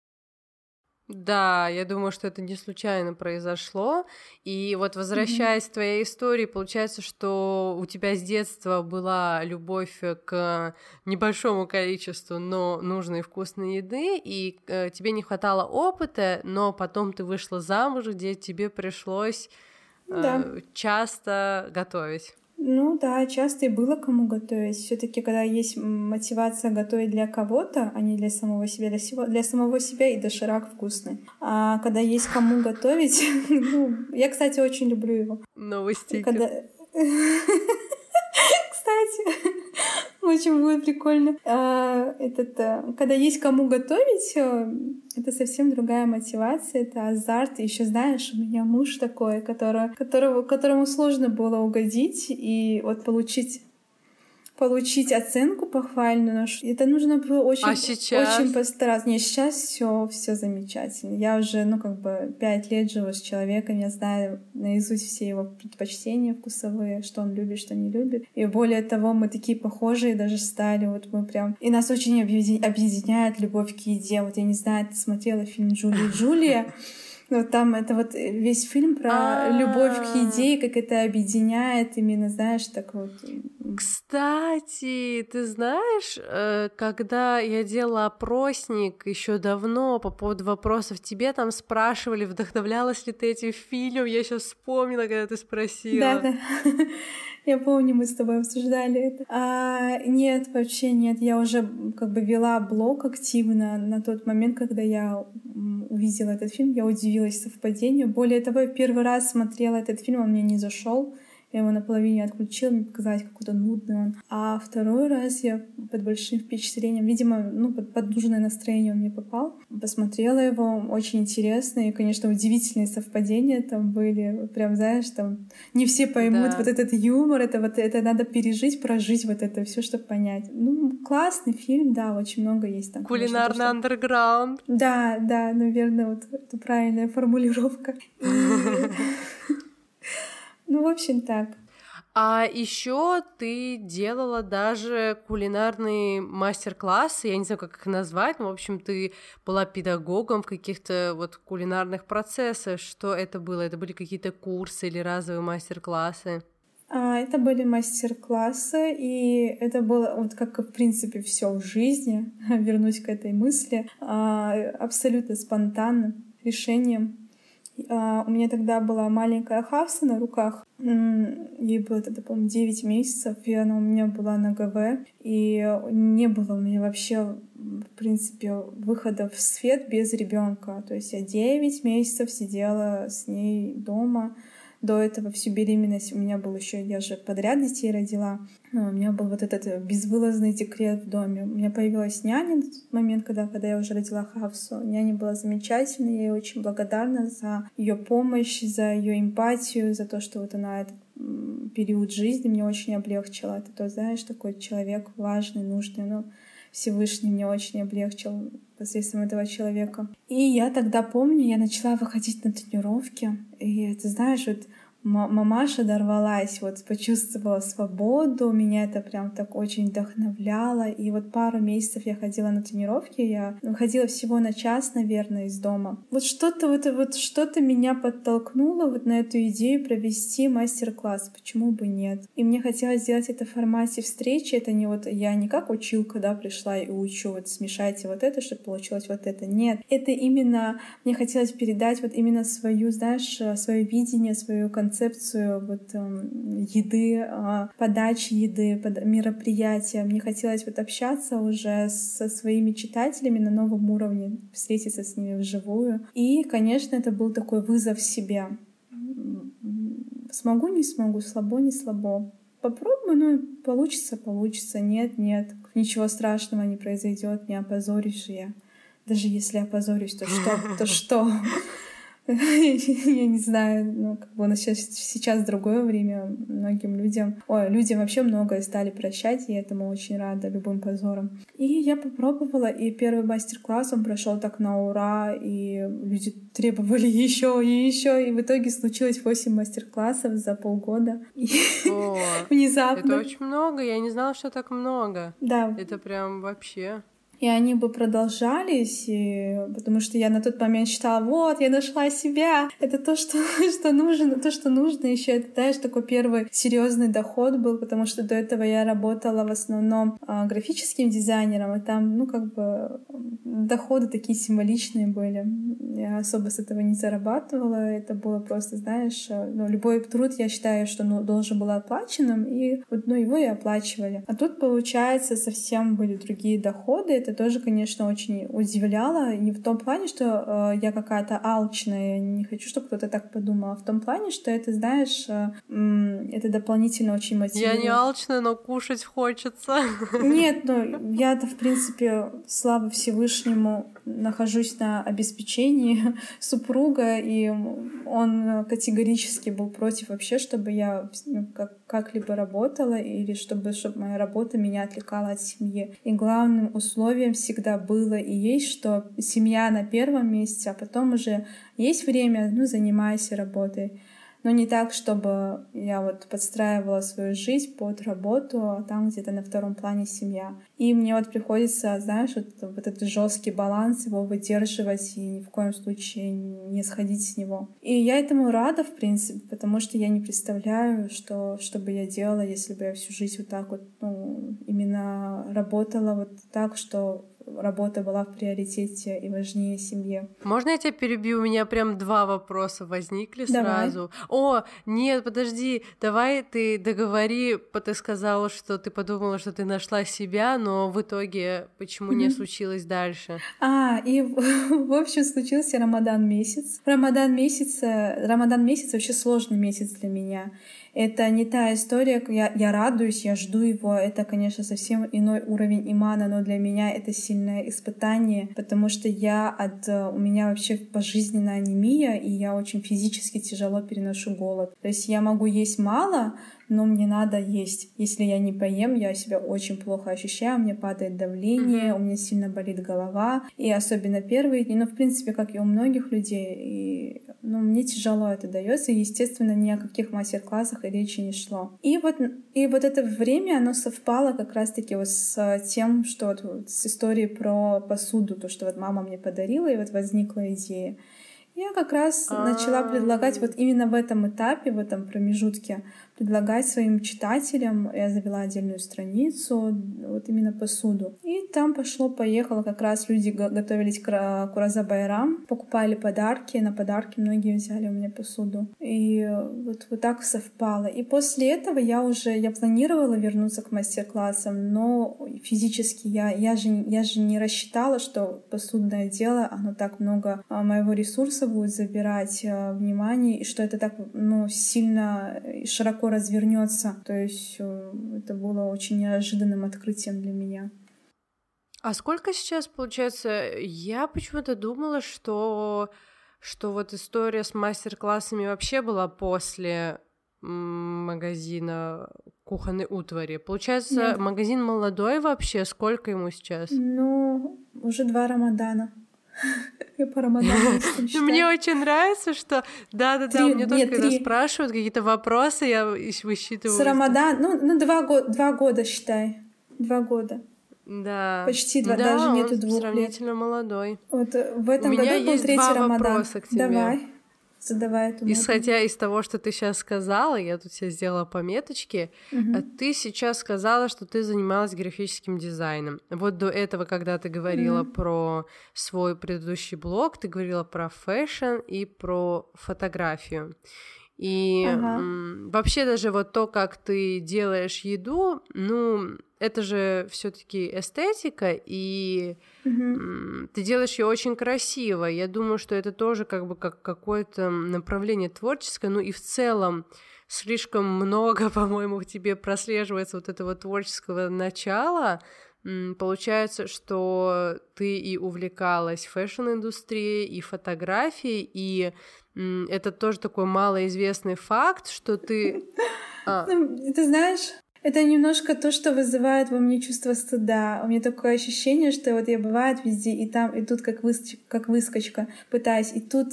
Да, я думаю, что это не случайно произошло. И вот возвращаясь к твоей истории, получается, что у тебя с детства была любовь к небольшому количеству, но нужной и вкусной еды, и тебе не хватало опыта, но потом ты вышла замуж, где тебе пришлось часто готовить. Да, часто и было кому готовить. Все-таки, когда есть мотивация готовить для кого-то, а не для самого себя, для самого себя и доширак вкусный. А когда есть кому готовить, я, кстати, очень люблю его. Новый стикер. Кстати, очень будет прикольно. Когда есть кому готовить, это совсем другая мотивация, это азарт. И еще знаешь, у меня муж такой, которому сложно было угодить и вот получить оценку похвальную. Это нужно было очень постараться. Нет, сейчас все замечательно. Я уже, 5 лет живу с человеком, я знаю наизусть все его предпочтения вкусовые, что он любит, что не любит. И более того, мы такие похожие даже стали. Вот мы прям... И нас очень объединяет любовь к еде. Вот я не знаю, ты смотрела фильм «Джулия и Джулия»? Там это вот весь фильм про любовь к еде, как это объединяет именно, знаешь, так вот Кстати, ты знаешь, когда я делала опросник еще давно по поводу вопросов, тебе там спрашивали, вдохновлялась ли ты этим фильмом. Я сейчас вспомнила, когда ты спросила. Да. Я помню, мы с тобой обсуждали это. Нет, вообще нет. Я уже как бы вела блог активно на тот момент, когда я увидела этот фильм. Я удивилась совпадению. Более того, я первый раз смотрела этот фильм, он мне не зашел. Я его наполовине отключила, мне показалось, какой-то нудный он. А второй раз я под большим впечатлением, видимо, под нужное настроение он мне попал. Посмотрела его, очень интересно. И, конечно, удивительные совпадения там были. Прям, знаешь, там не все поймут вот этот юмор, это надо пережить, прожить вот это все, чтобы понять. Классный фильм, да, очень много есть там. Кулинарный андерграунд. Да, наверное, вот это правильная формулировка. В общем, так. А еще ты делала даже кулинарные мастер-классы, я не знаю, как их назвать, но, в общем, ты была педагогом в каких-то вот кулинарных процессах. Что это было? Это были какие-то курсы или разовые мастер-классы? Это были мастер-классы, и это было вот как, в принципе, все в жизни, вернусь к этой мысли, абсолютно спонтанным решением. У меня тогда была маленькая Хавса на руках. Ей было тогда, по-моему, 9 месяцев, и она у меня была на ГВ. И не было у меня вообще, в принципе, выхода в свет без ребенка. То есть я 9 месяцев сидела с ней дома. До этого всю беременность у меня был еще, я же подряд детей родила, у меня был вот этот безвылазный декрет в доме. У меня появилась няня на тот момент, когда я уже родила Хавсу. Няня была замечательной, я ей очень благодарна за ее помощь, за ее эмпатию, за то, что вот она этот период жизни мне очень облегчила. Это, то, знаешь, такой человек важный, нужный, Всевышний мне очень облегчил посредством этого человека. И я тогда помню, я начала выходить на тренировки, и ты знаешь, вот мамаша дорвалась, вот почувствовала свободу, меня это прям так очень вдохновляло. И вот пару месяцев я ходила на тренировки, я ходила всего на час, наверное, из дома. Вот что-то меня подтолкнуло вот на эту идею провести мастер-класс, почему бы нет. И мне хотелось сделать это в формате встречи, это не вот я не как училка, пришла и учу, вот смешайте вот это, чтобы получилось вот это. Нет, это именно мне хотелось передать вот именно свою, знаешь, свое видение, свою концепцию вот еды, подачи еды, мероприятия. Мне хотелось вот общаться уже со своими читателями на новом уровне, встретиться с ними вживую. И, конечно, это был такой вызов себе. Смогу, не смогу, слабо, не слабо. Попробую, получится, нет, ничего страшного не произойдет, не опозорюсь же я. Даже если опозорюсь, то что? Я не знаю, у нас сейчас другое время, людям вообще многое стали прощать, и я этому очень рада, любым позором. И я попробовала, и первый мастер-класс, он прошел так на ура, и люди требовали еще и еще, и в итоге случилось 8 мастер-классов за полгода. Внезапно. Это очень много, я не знала, что так много. Да. Это прям вообще... И они бы продолжались, потому что я на тот момент считала, вот, я нашла себя. Это то, что нужно еще. Это, знаешь, такой первый серьезный доход был, потому что до этого я работала в основном графическим дизайнером, и там, доходы такие символичные были. Я особо с этого не зарабатывала. Это было просто, знаешь, любой труд, я считаю, что должен был оплаченным, и его и оплачивали. А тут, получается, совсем были другие доходы. Это тоже, конечно, очень удивляло. Не в том плане, что я какая-то алчная, не хочу, чтобы кто-то так подумал, а в том плане, что это, знаешь, это дополнительно очень мотивирует. Я не алчная, но кушать хочется. Нет, я-то, в принципе, слава Всевышнему, нахожусь на обеспечении супруга, и он категорически был против вообще, чтобы я как-либо работала, или чтобы моя работа меня отвлекала от семьи. И главным условием всегда было и есть, что семья на первом месте, а потом уже есть время, занимайся работой. но не так, чтобы я вот подстраивала свою жизнь под работу, а там где-то на втором плане семья. И мне вот приходится, знаешь, вот этот жесткий баланс его выдерживать и ни в коем случае не сходить с него. И я этому рада, в принципе, потому что я не представляю, что бы я делала, если бы я всю жизнь вот так вот, именно работала вот так, что работа была в приоритете и важнее семье. Можно я тебя перебью? У меня прям 2 вопроса возникли сразу. О, нет, подожди, давай ты договори, ты сказала, что ты подумала, что ты нашла себя, но в итоге почему не случилось дальше? И в общем случился Рамадан месяц. Рамадан месяц вообще сложный месяц для меня. Это не та история, я радуюсь, я жду его. Это, конечно, совсем иной уровень имана, но для меня это сильное испытание, потому что у меня вообще пожизненная анемия, и я очень физически тяжело переношу голод. То есть я могу есть мало, но мне надо есть. Если я не поем, я себя очень плохо ощущаю, у меня падает давление, у меня сильно болит голова, и особенно первые дни, в принципе, как и у многих людей, и мне тяжело это дается, и, естественно, ни о каких мастер-классах и речи не шло. И вот это время, оно совпало как раз-таки вот с тем, что вот с историей про посуду, то, что вот мама мне подарила, и вот возникла идея. Я как раз начала предлагать вот именно в этом этапе, в этом промежутке, предлагать своим читателям. Я завела отдельную страницу, вот именно посуду. И там пошло-поехало, как раз люди готовились к Ураза Байрам, покупали подарки, на подарки многие взяли у меня посуду. И вот так совпало. И после этого я планировала вернуться к мастер-классам, но физически я же не рассчитала, что посудное дело, оно так много моего ресурса будет забирать, внимание, и что это так сильно и широко развернется. То есть это было очень неожиданным открытием для меня. А сколько сейчас получается? Я почему-то думала, что вот история с мастер-классами вообще была после магазина кухонной утвари. Получается, Нет. Магазин молодой вообще? Сколько ему сейчас? Уже 2 Рамадана. Я по Рамадану считаю. Мне очень нравится, что... Да, у меня тоже, когда спрашивают какие-то вопросы, я высчитываю... С Рамадана... 2 года, считай. 2 года. Да. Почти 2, даже нету 2 лет. Сравнительно молодой. Вот в этом году был 3-й Рамадан. Вопроса к тебе. Давай. Задавай эту Исходя из того, что ты сейчас сказала, я тут себе сделала пометочки, ты сейчас сказала, что ты занималась графическим дизайном. Вот до этого, когда ты говорила про свой предыдущий блог, ты говорила про фэшн и про фотографию. И вообще даже вот то, как ты делаешь еду, это же все-таки эстетика, и ты делаешь ее очень красиво. Я думаю, что это тоже как какое-то направление творческое, и в целом слишком много, по-моему, в тебе прослеживается вот этого творческого начала. Получается, что ты и увлекалась фэшн-индустрией, и фотографией, и это тоже такой малоизвестный факт, что ты... Ты знаешь... Это немножко то, что вызывает во мне чувство стыда. У меня такое ощущение, что вот я бывает везде, и там, и тут как выскочка, пытаюсь, и тут,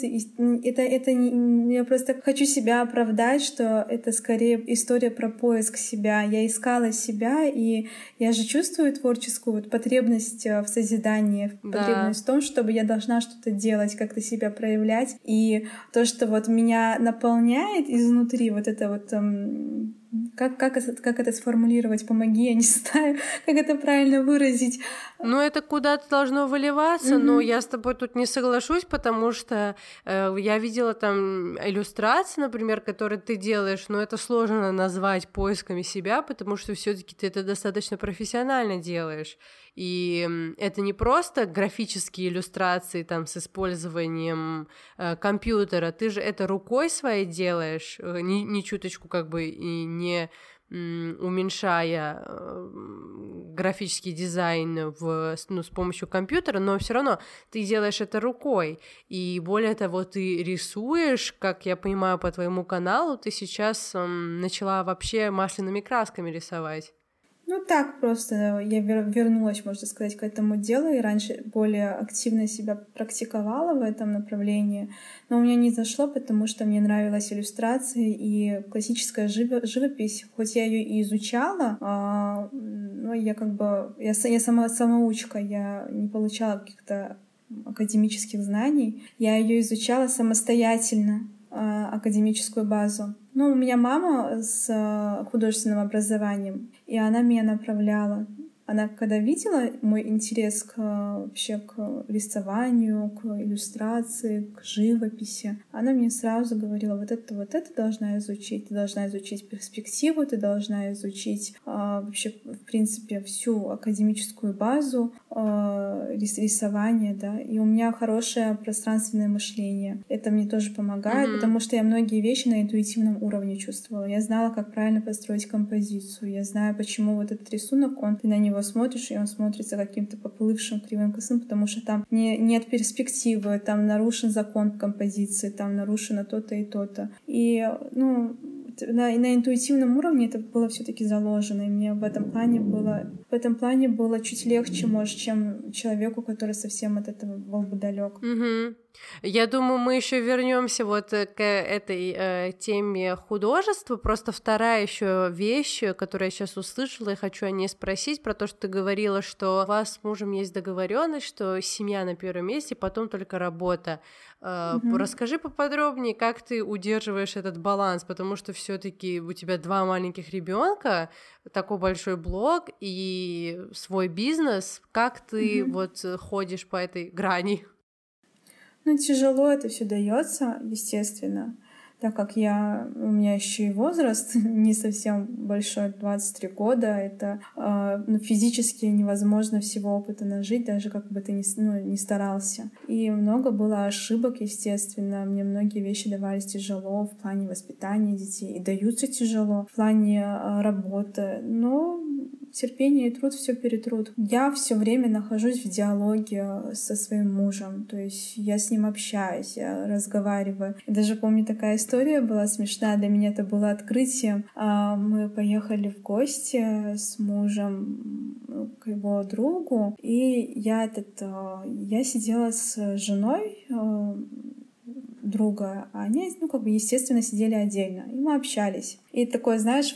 я просто хочу себя оправдать, что это скорее история про поиск себя. Я искала себя, и я же чувствую творческую потребность в созидании, потребность в том, чтобы я должна что-то делать, как-то себя проявлять. И то, что вот меня наполняет изнутри, вот это вот... Как это сформулировать? Помоги, я не знаю, как это правильно выразить. Это куда-то должно выливаться, но я с тобой тут не соглашусь, потому что я видела там иллюстрации, например, которые ты делаешь, но это сложно назвать поисками себя, потому что все-таки ты это достаточно профессионально делаешь. И это не просто графические иллюстрации там с использованием компьютера, ты же это рукой своей делаешь, ни чуточку и не уменьшая графический дизайн с помощью компьютера, но все равно ты делаешь это рукой. И более того, ты рисуешь, как я понимаю по твоему каналу, ты сейчас начала вообще масляными красками рисовать. Ну так просто я вернулась, можно сказать, к этому делу, и раньше более активно себя практиковала в этом направлении, но у меня не зашло, потому что мне нравилась иллюстрация и классическая живопись, хоть я ее и изучала, но я я сама самоучка, я не получала каких-то академических знаний, я ее изучала самостоятельно, академическую базу. Ну, у меня мама с художественным образованием, и она меня направляла. Она, когда видела мой интерес вообще к рисованию, к иллюстрации, к живописи, она мне сразу говорила: вот это должна изучить. Ты должна изучить перспективу, ты должна изучить вообще, в принципе, всю академическую базу рисования, да. И у меня хорошее пространственное мышление. Это мне тоже помогает, потому что я многие вещи на интуитивном уровне чувствовала. Я знала, как правильно построить композицию. Я знаю, почему вот этот рисунок, ты на него смотришь, и он смотрится каким-то поплывшим, кривым, косым, потому что там нет перспективы, там нарушен закон композиции, там нарушено то-то и то-то. И, на интуитивном уровне это было все-таки заложено, и мне в этом плане было чуть легче, может, чем человеку, который совсем от этого был бы далек. Я думаю, мы еще вернемся вот к этой теме художества. Просто вторая еще вещь, которую я сейчас услышала, и хочу о ней спросить, про то, что ты говорила, что у вас с мужем есть договоренность, что семья на первом месте, потом только работа. Расскажи поподробнее, как ты удерживаешь этот баланс, потому что все-таки у тебя 2 маленьких ребенка, такой большой блог и свой бизнес. Как ты вот ходишь по этой грани? Ну, тяжело это все дается, естественно, так как у меня еще и возраст не совсем большой, 23 года, это физически невозможно всего опыта нажить, даже как бы ты не старался. И много было ошибок, естественно, мне многие вещи давались тяжело в плане воспитания детей, и даются тяжело в плане работы, но терпение и труд все перетрут. Я все время нахожусь в диалоге со своим мужем, то есть я с ним общаюсь, я разговариваю. И даже помню, такая история была смешная, для меня это было открытием. Мы поехали в гости с мужем к его другу, и я сидела с женой друга, а они, естественно, сидели отдельно, и мы общались. И такое, знаешь,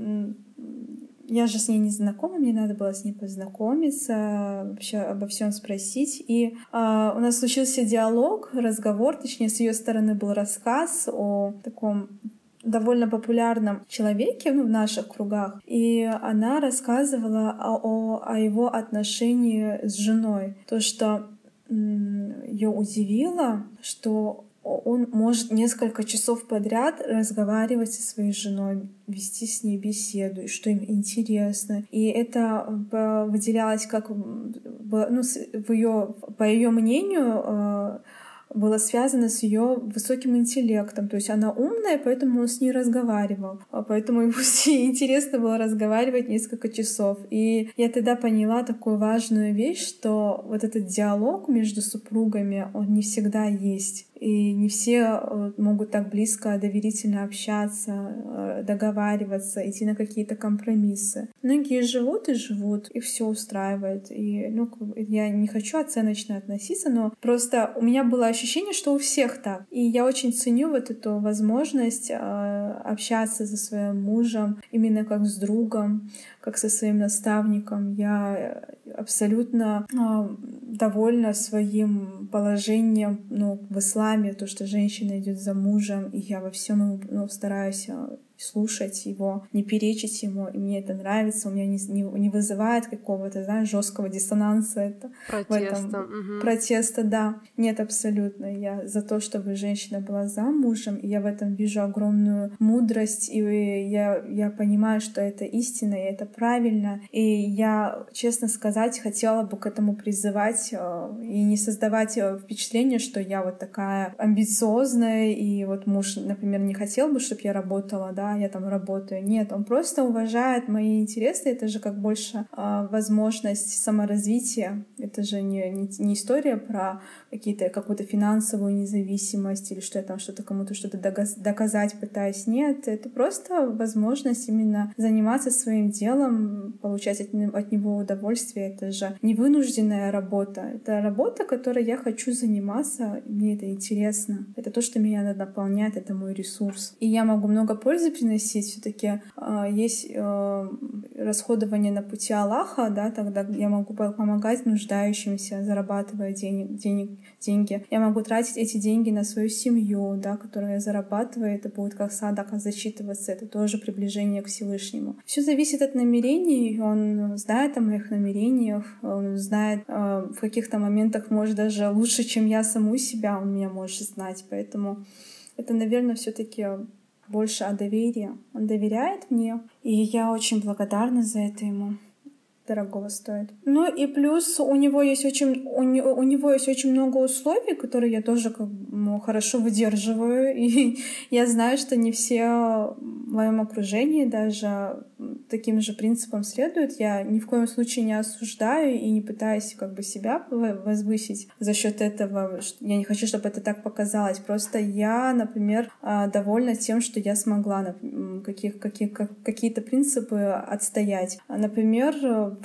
я же с ней не знакома, мне надо было с ней познакомиться, вообще обо всем спросить. И у нас случился диалог, разговор, точнее, с ее стороны был рассказ о таком довольно популярном человеке, в наших кругах. И она рассказывала о его отношении с женой. То, что ее удивило, что он может несколько часов подряд разговаривать со своей женой, вести с ней беседу, и что им интересно. И это выделялось как по ее мнению, было связано с ее высоким интеллектом. То есть она умная, поэтому он с ней разговаривал. Поэтому ему с ней интересно было разговаривать несколько часов. И я тогда поняла такую важную вещь, что вот этот диалог между супругами, он не всегда есть. И не все могут так близко, доверительно общаться, договариваться, идти на какие-то компромиссы. Многие живут, их все устраивает. И я не хочу оценочно относиться, но просто у меня было ощущение, что у всех так. И я очень ценю вот эту возможность общаться со своим мужем именно как с другом, как со своим наставником. Я абсолютно довольна своим положением в исламе, то, что женщина идет за мужем, и я во всем стараюсь слушать его, не перечить ему, и мне это нравится, у меня не вызывает какого-то, знаешь, жесткого диссонанса это протеста, да. Нет, абсолютно. Я за то, чтобы женщина была замужем, и я в этом вижу огромную мудрость, и я понимаю, что это истина, и это правильно, и я, честно сказать, хотела бы к этому призывать и не создавать впечатление, что я вот такая амбициозная, и вот муж, например, не хотел бы, чтобы я работала, да, да, я там работаю. Нет, он просто уважает мои интересы. Это же как больше возможность саморазвития. Это же не история про какую-то финансовую независимость или что я там что-то кому-то что-то доказать пытаюсь. Нет, это просто возможность именно заниматься своим делом, получать от него удовольствие. Это же не вынужденная работа. Это работа, которой я хочу заниматься, мне это интересно. Это то, что меня наполняет, это мой ресурс. И я могу много пользы приносить. Все-таки есть расходование на пути Аллаха, да, тогда я могу помогать нуждающимся, зарабатывая деньги. Я могу тратить эти деньги на свою семью, да, которую я зарабатываю. Это будет как садака зачитываться. Это тоже приближение к Всевышнему. Все зависит от намерений. Он знает о моих намерениях. Он знает в каких-то моментах, может, даже лучше, чем я саму себя, он меня может знать. Поэтому это, наверное, все-таки больше о доверии. Он доверяет мне, и я очень благодарна за это ему. Дорогого стоит. Ну и плюс у него есть очень много условий, которые я тоже хорошо выдерживаю. И я знаю, что не все в моем окружении даже таким же принципам следуют. Я ни в коем случае не осуждаю и не пытаюсь себя возвысить за счет этого. Я не хочу, чтобы это так показалось. Просто я, например, довольна тем, что я смогла какие-то принципы отстоять. Например,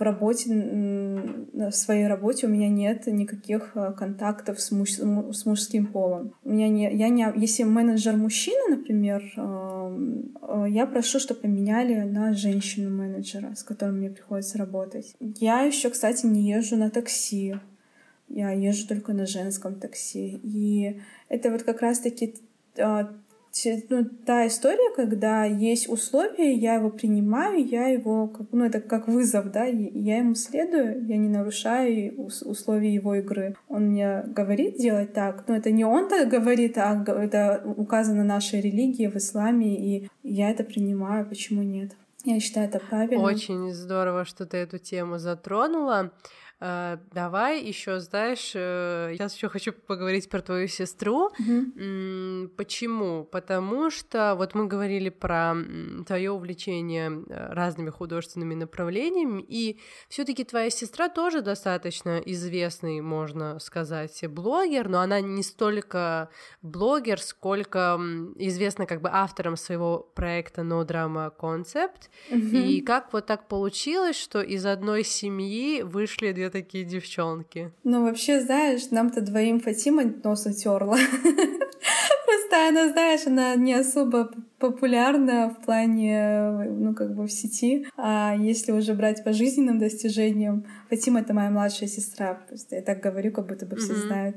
в своей работе у меня нет никаких контактов с мужским полом. Если менеджер мужчина, например, я прошу, чтобы поменяли на женщину-менеджера, с которым мне приходится работать. Я еще, кстати, не езжу на такси. Я езжу только на женском такси. И это вот как раз-таки та история, когда есть условия, я его принимаю, я его, это как вызов, да, я ему следую, я не нарушаю условия его игры. Он мне говорит делать так, но это не он так говорит, а это указано в нашей религии, в исламе, и я это принимаю, почему нет? Я считаю, это правильно. Очень здорово, что ты эту тему затронула. Давай еще, знаешь, сейчас еще хочу поговорить про твою сестру. Почему? Потому что вот мы говорили про твое увлечение разными художественными направлениями, и все-таки твоя сестра тоже достаточно известный, можно сказать, блогер, но она не столько блогер, сколько известна автором своего проекта No Drama Concept. И как вот так получилось, что из одной семьи вышли две такие девчонки? Ну, вообще, знаешь, нам-то двоим Фатима нос утерла. Просто она, знаешь, она не особо популярна в плане, в сети. А если уже брать по жизненным достижениям, Фатима — это моя младшая сестра. Просто я так говорю, как будто бы все знают.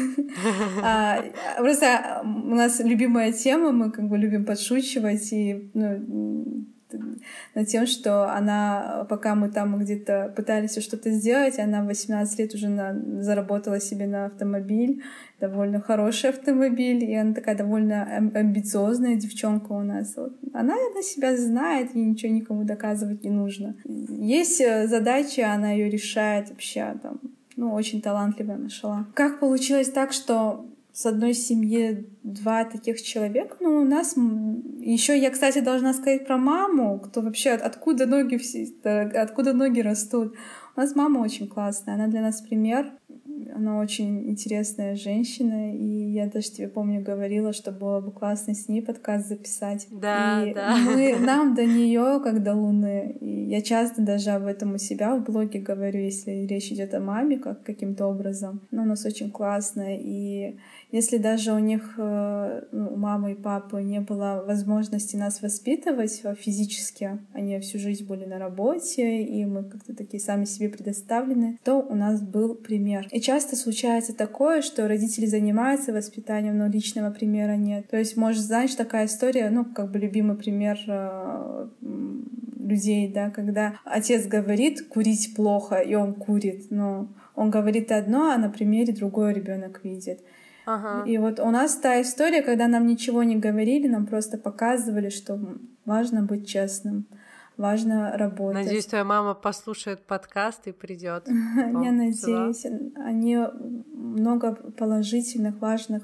Просто у нас любимая тема, мы любим подшучивать и над тем, что она, пока мы там где-то пытались что-то сделать, она в 18 лет уже заработала себе на автомобиль, довольно хороший автомобиль, и она такая довольно амбициозная девчонка у нас. Вот. Она себя знает, ей ничего никому доказывать не нужно. Есть задача, она ее решает вообще, очень талантливая, машалла. Как получилось так, что с одной семьи два таких человека? У нас еще я, кстати, должна сказать про маму, кто вообще откуда ноги растут. У нас мама очень классная, она для нас пример. Она очень интересная женщина, и я даже тебе, помню, говорила, что было бы классно с ней подкаст записать. Да, и да. Нам до нее как до Луны. И я часто даже об этом у себя в блоге говорю, если речь идет о маме каким-то образом. Но у нас очень классно, и если даже у них, у мамы и папы, не было возможности нас воспитывать физически, они всю жизнь были на работе, и мы как-то такие сами себе предоставлены, то у нас был пример. И часто случается такое, что родители занимаются воспитанием, но личного примера нет. То есть, может, знаешь, такая история, любимый пример людей, да, когда отец говорит, курить плохо, и он курит, но он говорит одно, а на примере другой ребенок видит. Ага. И вот у нас та история, когда нам ничего не говорили, нам просто показывали, что важно быть честным, важно работать. Надеюсь, твоя мама послушает подкаст и придет. Я надеюсь. Они много положительных, важных,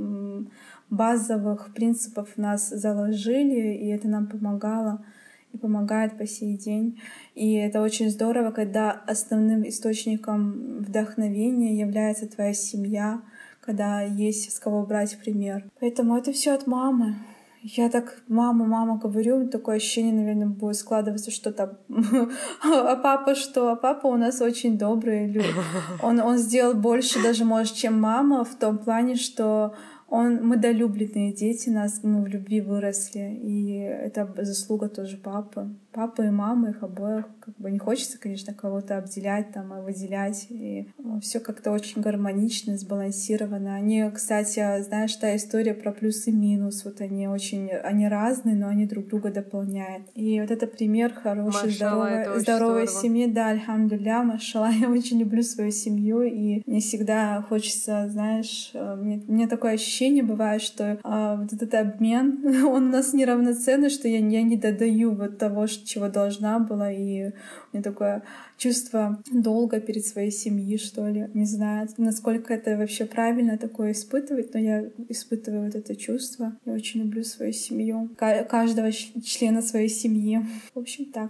базовых принципов в нас заложили, и это нам помогало и помогает по сей день. И это очень здорово, когда основным источником вдохновения является твоя семья, когда есть с кого брать пример. Поэтому это все от мамы. Я так мама говорю, такое ощущение, наверное, будет складываться, что там а папа что? А папа у нас очень добрый. Он сделал больше даже, может, чем мама, в том плане, что мы долюбленные дети, мы в любви выросли. И это заслуга тоже папы. Папы и мамы, их обоих. Как бы не хочется, конечно, кого-то обделять, выделять. И все как-то очень гармонично, сбалансировано. Они, кстати, знаешь, та история про плюс и минус. Вот они разные, но они друг друга дополняют. И вот это пример хорошей, здоровой семьи. Да, альхамдулилля, машалла. Я очень люблю свою семью, и мне всегда хочется, знаешь, мне такое ощущение бывает, что вот этот обмен, он у нас неравноценный, что я не додаю вот того, чего должна была, и у меня такое чувство долга перед своей семьей, что ли. Не знаю, насколько это вообще правильно такое испытывать, но я испытываю вот это чувство. Я очень люблю свою семью, каждого члена своей семьи. В общем, так.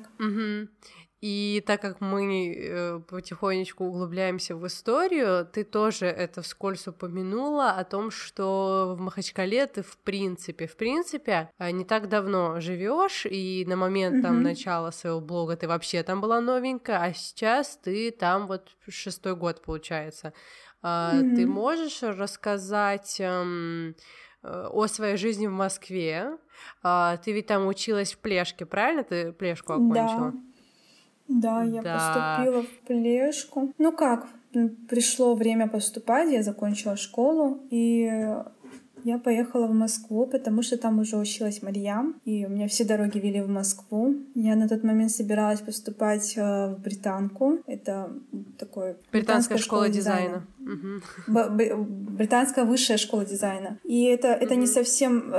И так как мы потихонечку углубляемся в историю, ты тоже это вскользь упомянула о том, что в Махачкале ты в принципе не так давно живешь, и на момент там начала своего блога ты вообще там была новенькая, а сейчас ты там вот 6-й год, получается. Ты можешь рассказать о своей жизни в Москве? Ты ведь там училась в Плешке, правильно? Ты Плешку окончила? Да, я поступила в Плешку. Ну как, пришло время поступать, я закончила школу, и я поехала в Москву, потому что там уже училась Марьям, и у меня все дороги вели в Москву. Я на тот момент собиралась поступать в Британку. Это такой... Британская школа дизайна. Британская высшая школа дизайна. И это не совсем...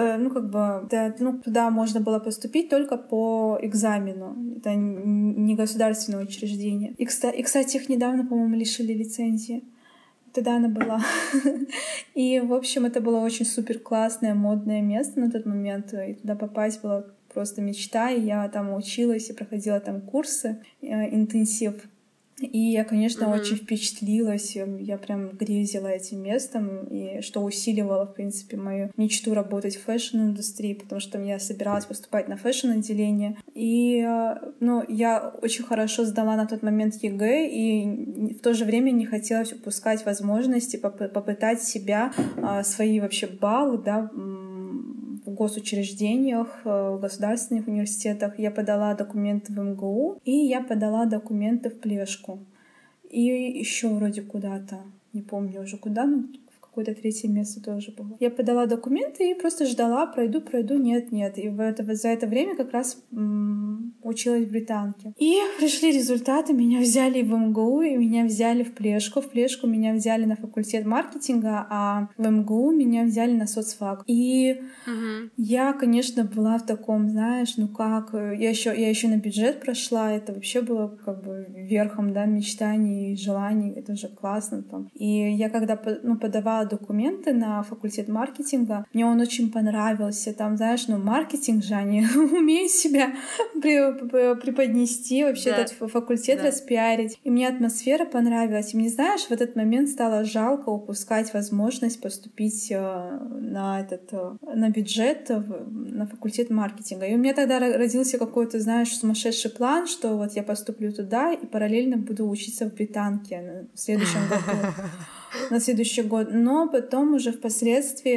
туда можно было поступить только по экзамену. Это не государственное учреждение. И, кстати, их недавно, по-моему, лишили лицензии. Тогда она была. И, в общем, это было очень супер классное, модное место на тот момент. И туда попасть была просто мечта. И я там училась и проходила там курсы, интенсив. И я, конечно, очень впечатлилась. Я прям грезила этим местом, и что усиливало, в принципе, мою мечту работать в фэшн-индустрии, потому что я собиралась поступать на фэшн-отделение. И я очень хорошо сдала на тот момент ЕГЭ, и в то же время не хотелось упускать возможности попытать себя, свои вообще баллы, да, в госучреждениях, в государственных университетах. Я подала документы в МГУ, и я подала документы в Плешку. И еще вроде куда-то, не помню уже куда, но какое-то третье место тоже было. Я подала документы и просто ждала, пройду, нет. И за это время как раз училась в Британке. И пришли результаты, меня взяли в МГУ, и меня взяли в Плешку. В Плешку меня взяли на факультет маркетинга, а в МГУ меня взяли на соцфак. И я, конечно, была в таком, знаешь, я еще на бюджет прошла, это вообще было как бы верхом, да, мечтаний и желаний, это же классно там. И я когда подавала документы на факультет маркетинга, мне он очень понравился. Там, знаешь, маркетинг же, они умеют себя преподнести, вообще этот факультет распиарить. И мне атмосфера понравилась. И мне, знаешь, в этот момент стало жалко упускать возможность поступить на бюджет на факультет маркетинга. И у меня тогда родился какой-то, знаешь, сумасшедший план, что вот я поступлю туда и параллельно буду учиться в Британке в следующем году. На следующий год. Но потом уже впоследствии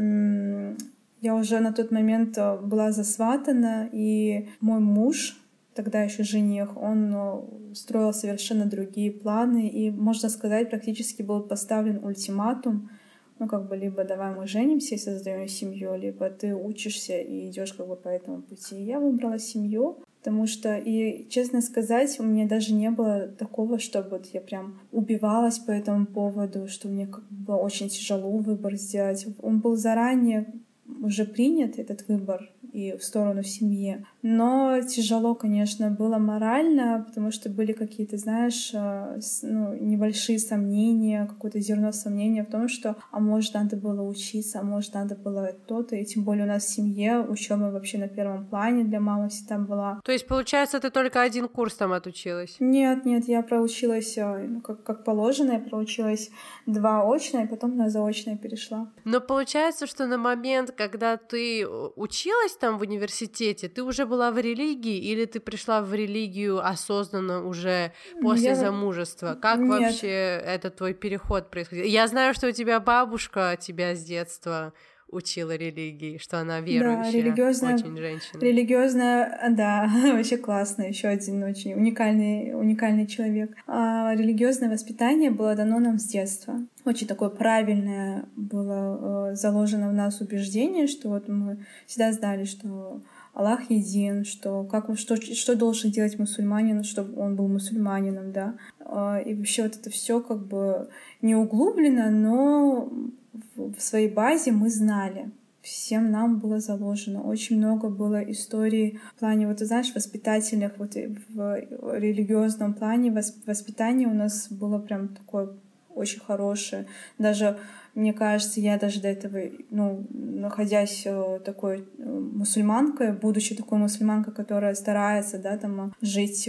я уже на тот момент была засватана, и мой муж, тогда еще жених, он строил совершенно другие планы, и, можно сказать, практически был поставлен ультиматум, либо давай мы женимся и создаем семью, либо ты учишься и идешь по этому пути. И я выбрала семью, потому что, и честно сказать, у меня даже не было такого, чтобы я прям убивалась по этому поводу, что мне было очень тяжело выбор сделать. Он был заранее уже принят, этот выбор, и в сторону семьи. Но тяжело, конечно, было морально, потому что были какие-то, знаешь, небольшие сомнения, какое-то зерно сомнения в том, что, а может, надо было учиться, а может, надо было то-то, и тем более у нас в семье учеба вообще на первом плане для мамы всегда была. То есть, получается, ты только один курс там отучилась? Нет, я проучилась, как положено, я проучилась 2 очно, и потом на заочное перешла. Но получается, что на момент, когда ты училась там в университете, ты уже была в религии, или ты пришла в религию осознанно уже после замужества? Как Нет. вообще этот твой переход происходил? Я знаю, что у тебя бабушка тебя с детства учила религии, что она верующая, очень женщина. Религиозная, да, вообще классно, еще один очень уникальный человек. Религиозное воспитание было дано нам с детства. Очень такое правильное было заложено в нас убеждение, что вот мы всегда знали, что Аллах един, что должен делать мусульманин, чтобы он был мусульманином, да. И вообще вот это все как бы не углублено, но в своей базе мы знали. Всем нам было заложено. Очень много было историй в плане, вот ты знаешь, воспитательных, вот в религиозном плане воспитание у нас было прям такое очень хорошее. Даже, мне кажется, я даже до этого, находясь такой мусульманкой, будучи такой мусульманкой, которая старается, да, там, жить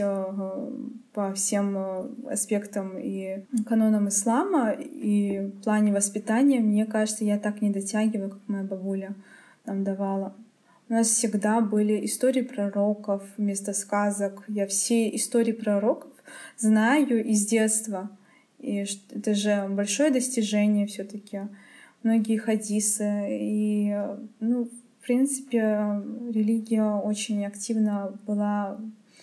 по всем аспектам и канонам ислама, и в плане воспитания, мне кажется, я так не дотягиваю, как моя бабуля нам давала. У нас всегда были истории пророков вместо сказок. Я все истории пророков знаю из детства. И это же большое достижение все-таки. Многие хадисы. И, в принципе, религия очень активно была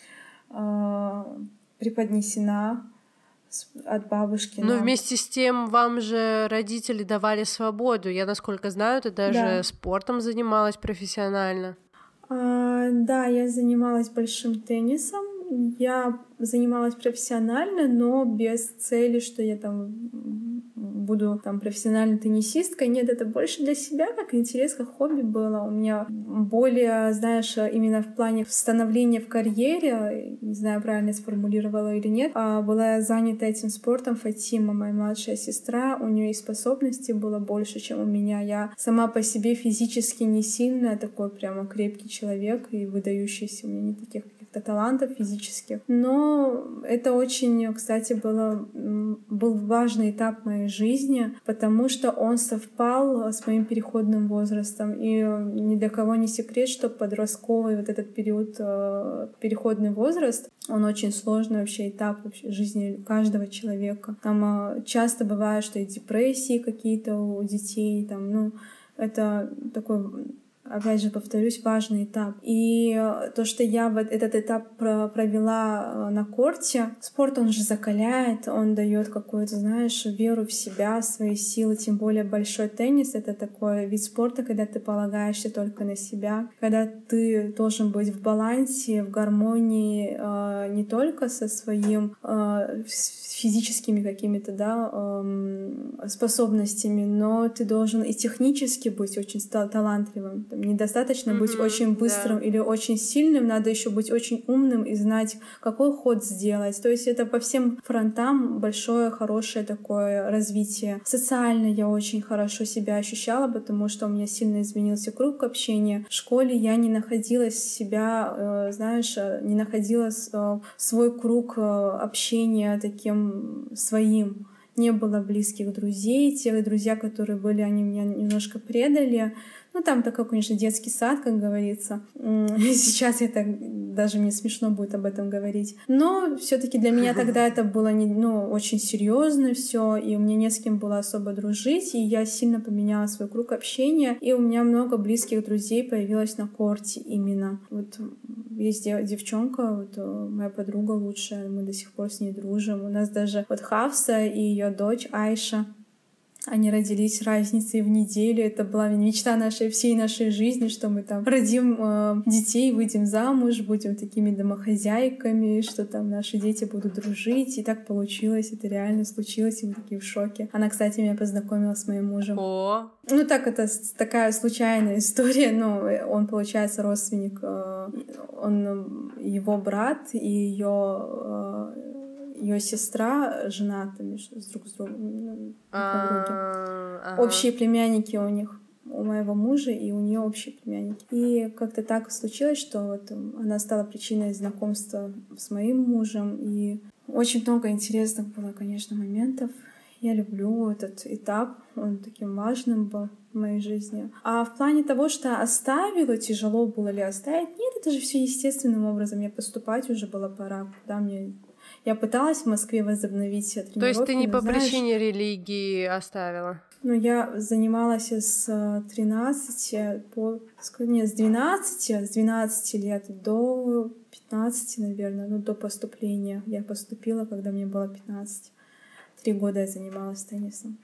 преподнесена от бабушки. Но вместе с тем вам же родители давали свободу. Я, насколько знаю, ты даже спортом занималась профессионально. Да, я занималась большим теннисом. Я занималась профессионально, но без цели, что я там буду там профессиональной теннисисткой. Нет, это больше для себя, как интерес, как хобби было. У меня более, знаешь, именно в плане становления в карьере, не знаю, правильно я сформулировала или нет, была я занята этим спортом. Фатима, моя младшая сестра, у нее и способностей было больше, чем у меня. Я сама по себе физически не сильная, такой прямо крепкий человек и выдающийся. У меня нет таких каких-то талантов физических. Но это очень, кстати, был важный этап моей жизни, потому что он совпал с моим переходным возрастом. И ни для кого не секрет, что подростковый вот этот период, переходный возраст, он очень сложный вообще этап вообще жизни каждого человека. Там часто бывает, что и депрессии какие-то у детей, там, это такой, опять же, повторюсь, важный этап. И то, что я вот этот этап провела на корте, спорт, он же закаляет, он дает какую-то, знаешь, веру в себя, свои силы, тем более большой теннис — это такой вид спорта, когда ты полагаешься только на себя, когда ты должен быть в балансе, в гармонии не только со своим физическими какими-то, да, способностями, но ты должен и технически быть очень талантливым. Недостаточно быть очень быстрым или очень сильным, надо еще быть очень умным и знать, какой ход сделать. То есть это по всем фронтам большое, хорошее такое развитие. Социально я очень хорошо себя ощущала, потому что у меня сильно изменился круг общения. В школе я не находила себя, знаешь, не находила свой круг общения таким своим. Не было близких друзей. Те друзья, которые были, они меня немножко предали. Там такой, конечно, детский сад, как говорится. Сейчас это даже мне смешно будет об этом говорить. Но все-таки для меня тогда это было очень серьезно все, и у меня не с кем было особо дружить, и я сильно поменяла свой круг общения, и у меня много близких друзей появилось на корте именно. Вот есть девчонка, вот моя подруга лучшая, мы до сих пор с ней дружим. У нас даже вот Хавса и ее дочь Айша, Они родились разницей в неделю. Это была мечта всей нашей жизни, что мы там родим детей, выйдем замуж, будем такими домохозяйками, что там наши дети будут дружить. И так получилось, это реально случилось, и мы такие в шоке. Она, кстати, меня познакомила с моим мужем. О. Ну так, это такая случайная история, но он, получается, родственник. Его брат и ее сестра женаты друг с другом. Общие племянники у них, у моего мужа, и у нее общие племянники. И как-то так случилось, что вот она стала причиной знакомства с моим мужем. И очень много интересных было, конечно, моментов. Я люблю этот этап, он таким важным был в моей жизни. А в плане того, что оставила, тяжело было ли оставить, нет, это же все естественным образом. Мне поступать уже было пора, куда мне... Я пыталась в Москве возобновить тренировки. То есть ты не по причине религии оставила? Ну, я занималась с 12 лет до 15, наверное, ну, до поступления. Я поступила, когда мне было 15. 3 года я занималась теннисом.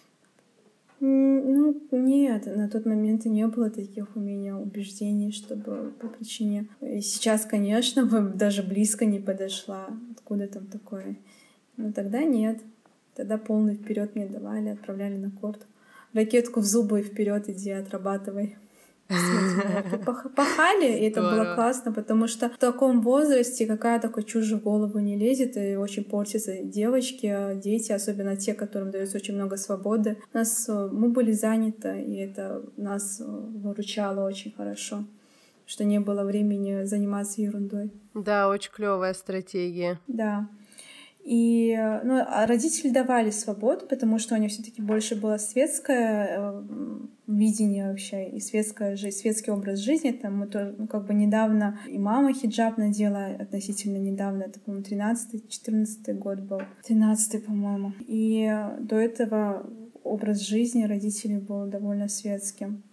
Ну, нет, на тот момент и не было таких у меня убеждений, чтобы по причине... И сейчас, конечно, бы даже близко не подошла. Откуда там такое? Но тогда нет. Тогда полный вперед мне давали, отправляли на корт. Ракетку в зубы и вперед иди, отрабатывай. Пахали, и это было классно, потому что в таком возрасте какая такая чушь в голову не лезет, и очень портятся девочки, дети, особенно те, которым дается очень много свободы. Мы были заняты, и это нас выручало очень хорошо, что не было времени заниматься ерундой. Да, очень клевая стратегия. Да. И а родители давали свободу, потому что у них все-таки больше было светское видение вообще и светский образ жизни. Там мы тоже, как бы недавно и мама хиджаб надела относительно недавно, это, по-моему, 13-14 год был, 13-й, по-моему. И до этого образ жизни родителей был довольно светским.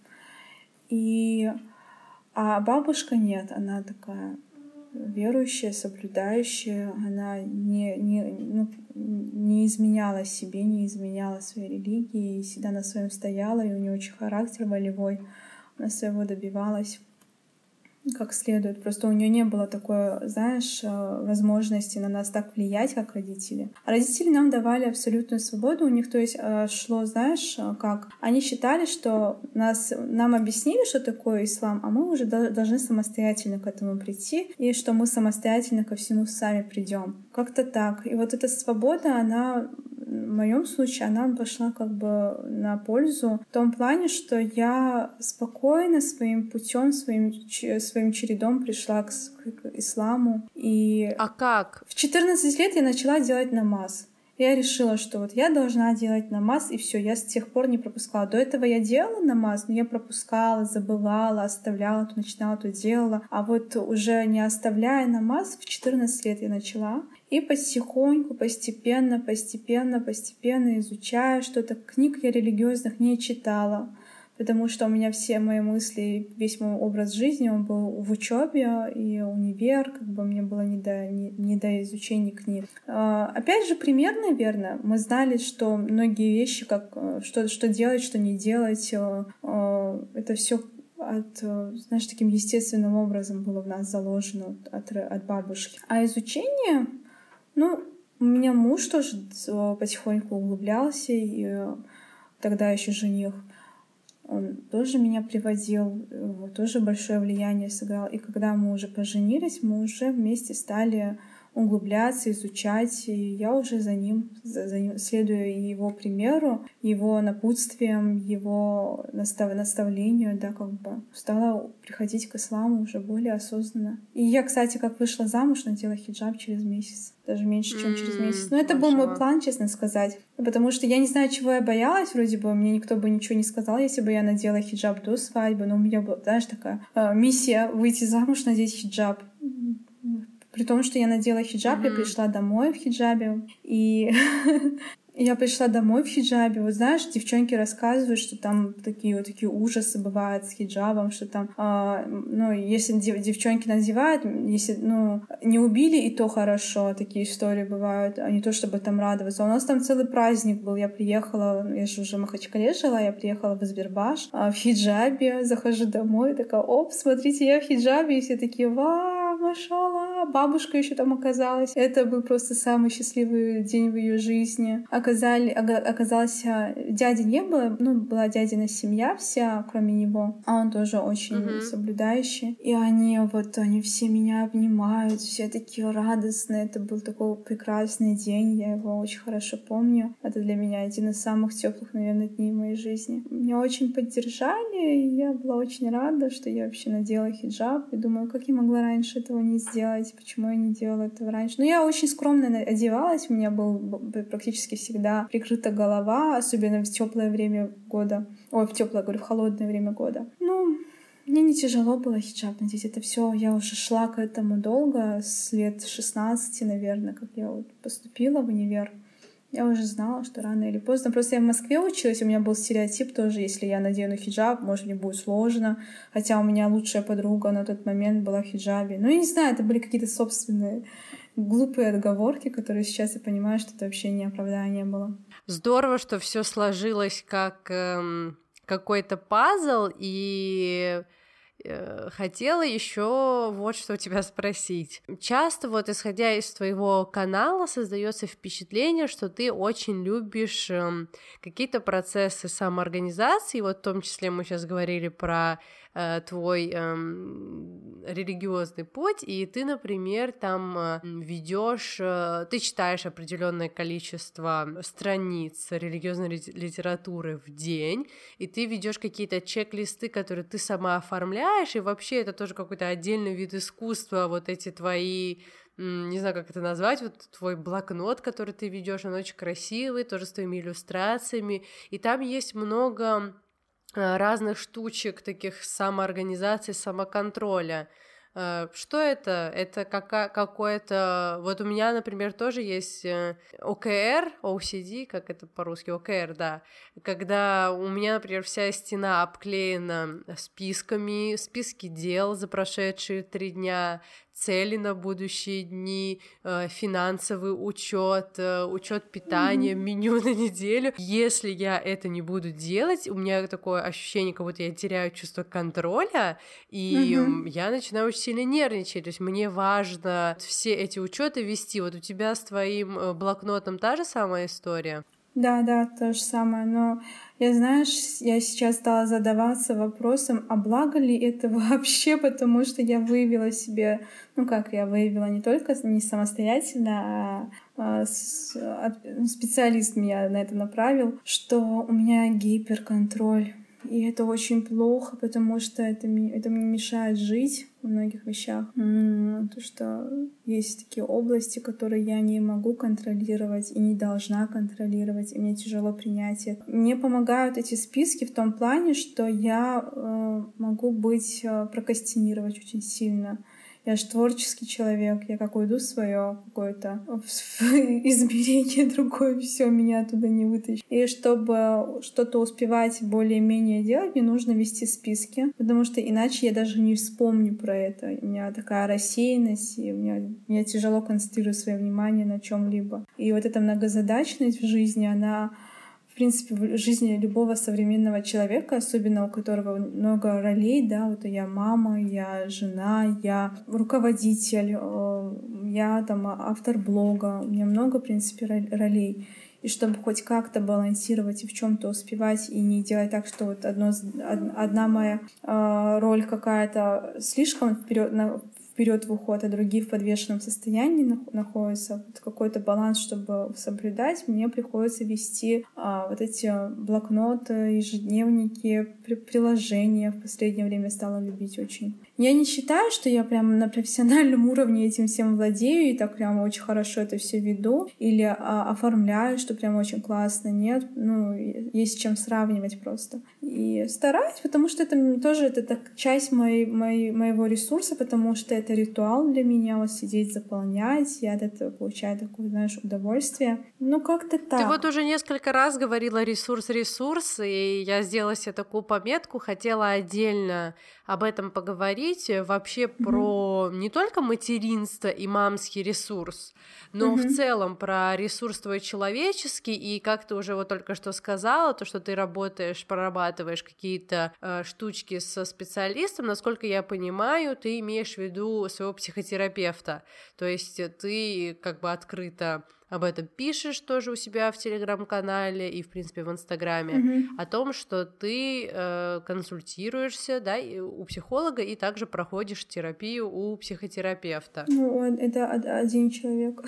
А бабушка нет, она такая верующая, соблюдающая, она не изменяла себе, не изменяла своей религии, и всегда на своем стояла, и у нее очень характер волевой, она своего добивалась как следует. Просто у нее не было такой, знаешь, возможности на нас так влиять, как родители. А родители нам давали абсолютную свободу. У них, то есть, шло, знаешь, как? Они считали, что нам объяснили, что такое ислам, а мы уже должны самостоятельно к этому прийти, и что мы самостоятельно ко всему сами придем. Как-то так. И вот эта свобода, она... В моем случае она пошла как бы на пользу в том плане, что я спокойно своим путем, своим чередом пришла к исламу. А как? В 14 лет я начала делать намаз. Я решила, что вот я должна делать намаз, и все, я с тех пор не пропускала. До этого я делала намаз, но я пропускала, забывала, оставляла, то начинала, то делала. А вот уже не оставляя намаз, в 14 лет я начала. И потихоньку, постепенно изучая что-то. Книг я религиозных не читала, потому что у меня все мои мысли, весь мой образ жизни, он был в учебе и универ, как бы мне было не до изучения книг. Опять же, пример, наверное, мы знали, что многие вещи, как что делать, что не делать, это все знаешь, таким естественным образом было в нас заложено от бабушки. А изучение... Ну, у меня муж тоже потихоньку углублялся, и тогда еще жених. Он тоже меня приводил, тоже большое влияние сыграл. И когда мы уже поженились, мы уже вместе стали углубляться, изучать. И я уже за ним, следуя его примеру, его напутствием, его наставлению, да, как бы стала приходить к исламу уже более осознанно. И я, кстати, как вышла замуж, надела хиджаб через месяц. Даже меньше, чем через месяц. Но это был мой план, честно сказать. Потому что я не знаю, чего я боялась. Вроде бы мне никто бы ничего не сказал, если бы я надела хиджаб до свадьбы. Но у меня была, знаешь, такая миссия выйти замуж, надеть хиджаб. При том, что я надела хиджаб, я пришла домой в хиджабе. И Я пришла домой в хиджабе. Вот знаешь, девчонки рассказывают, что там такие ужасы бывают с хиджабом, что там, если девчонки надевают, если, не убили, и то хорошо. Такие истории бывают, а не то, чтобы там радоваться. У нас там целый праздник был. Я приехала, я же уже в Махачкале жила, я приехала в Избербаш в хиджабе, захожу домой, такая, смотрите, я в хиджабе, и все такие, вау, машалла, бабушка еще там оказалась. Это был просто самый счастливый день в ее жизни. Оказалось, дяди не было, была дядина семья вся, кроме него, а он тоже очень соблюдающий. И они все меня обнимают, все такие радостные. Это был такой прекрасный день, я его очень хорошо помню. Это для меня один из самых теплых, наверное, дней в моей жизни. Меня очень поддержали, и я была очень рада, что я вообще надела хиджаб. И думаю, как я могла раньше этого не сделать, почему я не делала этого раньше. Но я очень скромно одевалась, у меня был практически всегда прикрыта голова, особенно в теплое время года. В холодное время года. Мне не тяжело было хиджаб надеть. Это все, я уже шла к этому долго, с лет 16, наверное, как я поступила в универ. Я уже знала, что рано или поздно. Просто я в Москве училась, у меня был стереотип тоже, если я надену хиджаб, может, мне будет сложно. Хотя у меня лучшая подруга на тот момент была в хиджабе. Я не знаю, это были какие-то собственные глупые отговорки, которые сейчас я понимаю, что это вообще не оправдание было. Здорово, что все сложилось как какой-то пазл, и хотела еще вот что у тебя спросить. Часто исходя из твоего канала создается впечатление, что ты очень любишь какие-то процессы самоорганизации, в том числе мы сейчас говорили про твой религиозный путь, и ты, например, там ведешь, ты читаешь определенное количество страниц религиозной литературы в день, и ты ведешь какие-то чек-листы, которые ты сама оформляешь, и вообще это тоже какой-то отдельный вид искусства, эти твои, не знаю, как это назвать, твой блокнот, который ты ведешь, он очень красивый, тоже с твоими иллюстрациями, и там есть много разных штучек, таких самоорганизации, самоконтроля. Что это? Это какое-то... у меня, например, тоже есть ОКР, OCD, как это по-русски? ОКР, да. Когда у меня, например, вся стена обклеена списки дел за прошедшие 3 дня, цели на будущие дни, финансовый учет питания, меню на неделю. Если я это не буду делать, у меня такое ощущение, как будто я теряю чувство контроля, и я начинаю очень сильно нервничать. То есть мне важно все эти учеты вести. У тебя с твоим блокнотом та же самая история? Да, то же самое. Но я сейчас стала задаваться вопросом, а благо ли это вообще, потому что я выявила себе, я выявила не только не самостоятельно, специалист меня на это направил, что у меня гиперконтроль. И это очень плохо, потому что это мне мешает жить в многих вещах. То, что есть такие области, которые я не могу контролировать и не должна контролировать, и мне тяжело принять это. Мне помогают эти списки в том плане, что я могу прокрастинировать очень сильно. Я же творческий человек, я как уйду в свое какое-то измерение другое, все меня оттуда не вытащит. И чтобы что-то успевать более-менее делать, мне нужно вести списки, потому что иначе я даже не вспомню про это. У меня такая рассеянность, и мне тяжело концентрировать свое внимание на чем-либо. И эта многозадачность в жизни, она в принципе, в жизни любого современного человека, особенно у которого много ролей, да, я мама, я жена, я руководитель, я автор блога, у меня много, в принципе, ролей. И чтобы хоть как-то балансировать и в чем-то успевать, и не делать так, что одна моя роль какая-то слишком вперед в уход, а другие в подвешенном состоянии находятся. Какой-то баланс, чтобы соблюдать, мне приходится вести эти блокноты, ежедневники, приложения. В последнее время стала любить очень. Я не считаю, что я прям на профессиональном уровне этим всем владею и так прям очень хорошо это все веду или оформляю, что прям очень классно. Нет, ну, есть с чем сравнивать просто. И стараюсь, потому что это тоже это так, часть моего ресурса, потому что это ритуал для меня, вот сидеть, заполнять. Я от этого получаю такое, знаешь, удовольствие. Ну, как-то так. Ты вот уже несколько раз говорила ресурс, и я сделала себе такую пометку, хотела отдельно об этом поговорить, вообще про не только материнство и мамский ресурс, но в целом про ресурс твой человеческий, и как ты уже вот только что сказала, то, что ты работаешь, прорабатываешь какие-то штучки со специалистом, насколько я понимаю, ты имеешь в виду своего психотерапевта, то есть ты как бы открыто об этом пишешь тоже у себя в Телеграм-канале и, в принципе, в Инстаграме, о том, что ты консультируешься, да, у психолога и также проходишь терапию у психотерапевта. Ну, это один человек.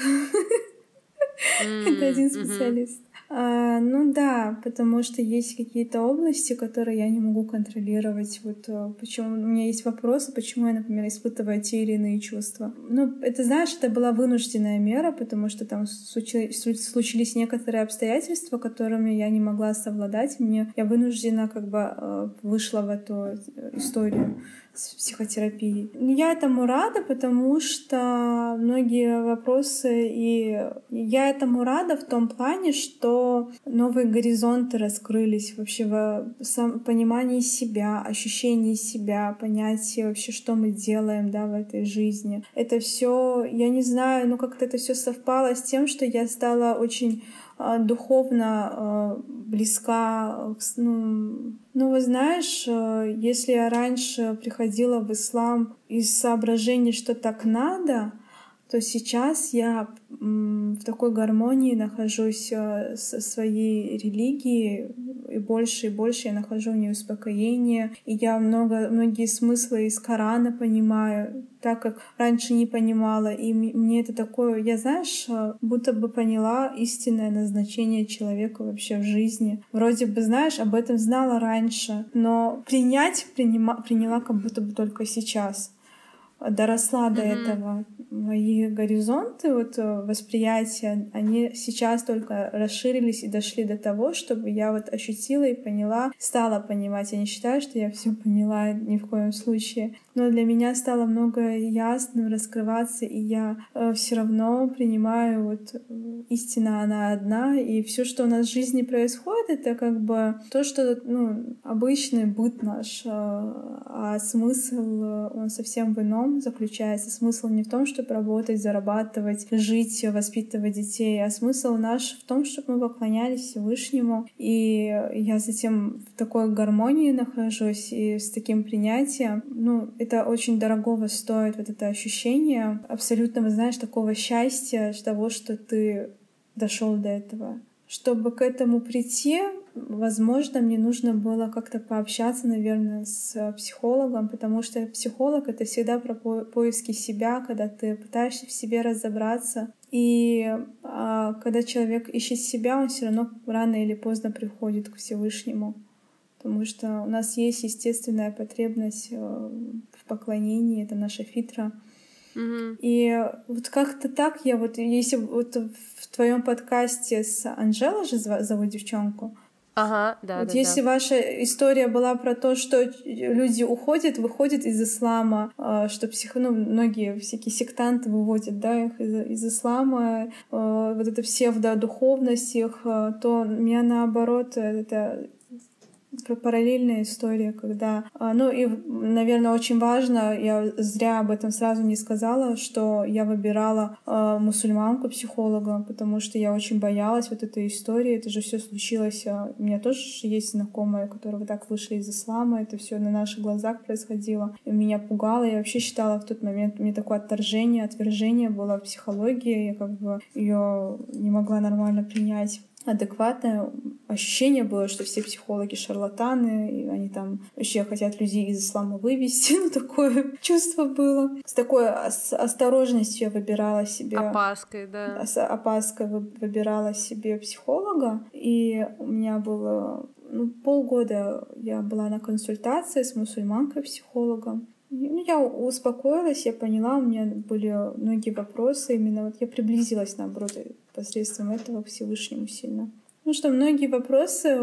Это один специалист. Ну да, потому что есть какие-то области, которые я не могу контролировать. Вот почему у меня есть вопросы, почему я, например, испытываю те или иные чувства. Ну, это, знаешь, это была вынужденная мера, потому что там случились некоторые обстоятельства, которыми я не могла совладать. Я вынуждена как бы вышла в эту историю с психотерапией. Я этому рада, потому что многие вопросы, и я этому рада в том плане, что новые горизонты раскрылись вообще в понимании себя, ощущении себя, понятие вообще, что мы делаем, да, в этой жизни. Это все, я не знаю, ну как-то это все совпало с тем, что я стала очень духовно близка, ну, вы знаешь, если я раньше приходила в ислам из соображений, что так надо, то сейчас я в такой гармонии нахожусь со своей религией, и больше я нахожу в ней успокоение, и я многие смыслы из Корана понимаю, так как раньше не понимала, и мне это такое, я, знаешь, будто бы поняла истинное назначение человека вообще в жизни. Вроде бы, знаешь, об этом знала раньше, но приняла как будто бы только сейчас. Доросла до этого. Мои горизонты, вот восприятия, они сейчас только расширились и дошли до того, чтобы я вот ощутила и поняла, стала понимать. Я не считаю, что я все поняла ни в коем случае, но для меня стало много ясным раскрываться, и я все равно принимаю вот истина, она одна, и все, что у нас в жизни происходит, это как бы то, что, ну, обычный быт наш, а смысл, он совсем в ином заключается. Смысл не в том, чтобы работать, зарабатывать, жить, воспитывать детей, а смысл наш в том, чтобы мы поклонялись Всевышнему. И я затем в такой гармонии нахожусь и с таким принятием. Ну, это очень дорогого стоит, вот это ощущение абсолютного, знаешь, такого счастья, того, что ты дошел до этого. Чтобы к этому прийти, возможно, мне нужно было как-то пообщаться, наверное, с психологом, потому что психолог — это всегда про поиски себя, когда ты пытаешься в себе разобраться. И когда человек ищет себя, он все равно рано или поздно приходит к Всевышнему. Потому что у нас есть естественная потребность в поклонении, это наша фитра. И вот как-то так я вот, если вот в твоем подкасте с Анжелой же зовут девчонку. Ага, да, вот да. если ваша история была про то, что люди выходят из ислама, что многие всякие сектанты выводят, да, их из ислама, вот это псевдодуховность их, то у меня наоборот это параллельная история, когда... Ну и, наверное, очень важно, я зря об этом сразу не сказала, что я выбирала мусульманку-психолога, потому что я очень боялась вот этой истории. Это же все случилось... У меня тоже есть знакомые, которые вот так вышли из ислама. Это все на наших глазах происходило. И меня пугало. Я вообще считала в тот момент... У меня такое отвержение было в психологии. Я как бы ее не могла нормально принять. Адекватное ощущение было, что все психологи шарлатаны, и они там вообще хотят людей из ислама вывести. Ну, такое чувство было. С такой осторожностью я выбирала себе... Опаской, да. С опаской выбирала себе психолога. И у меня было... полгода я была на консультации с мусульманкой-психологом. Ну, я успокоилась, я поняла, у меня были многие вопросы, именно вот я приблизилась, наоборот, посредством этого к Всевышнему сильно. Ну что, многие вопросы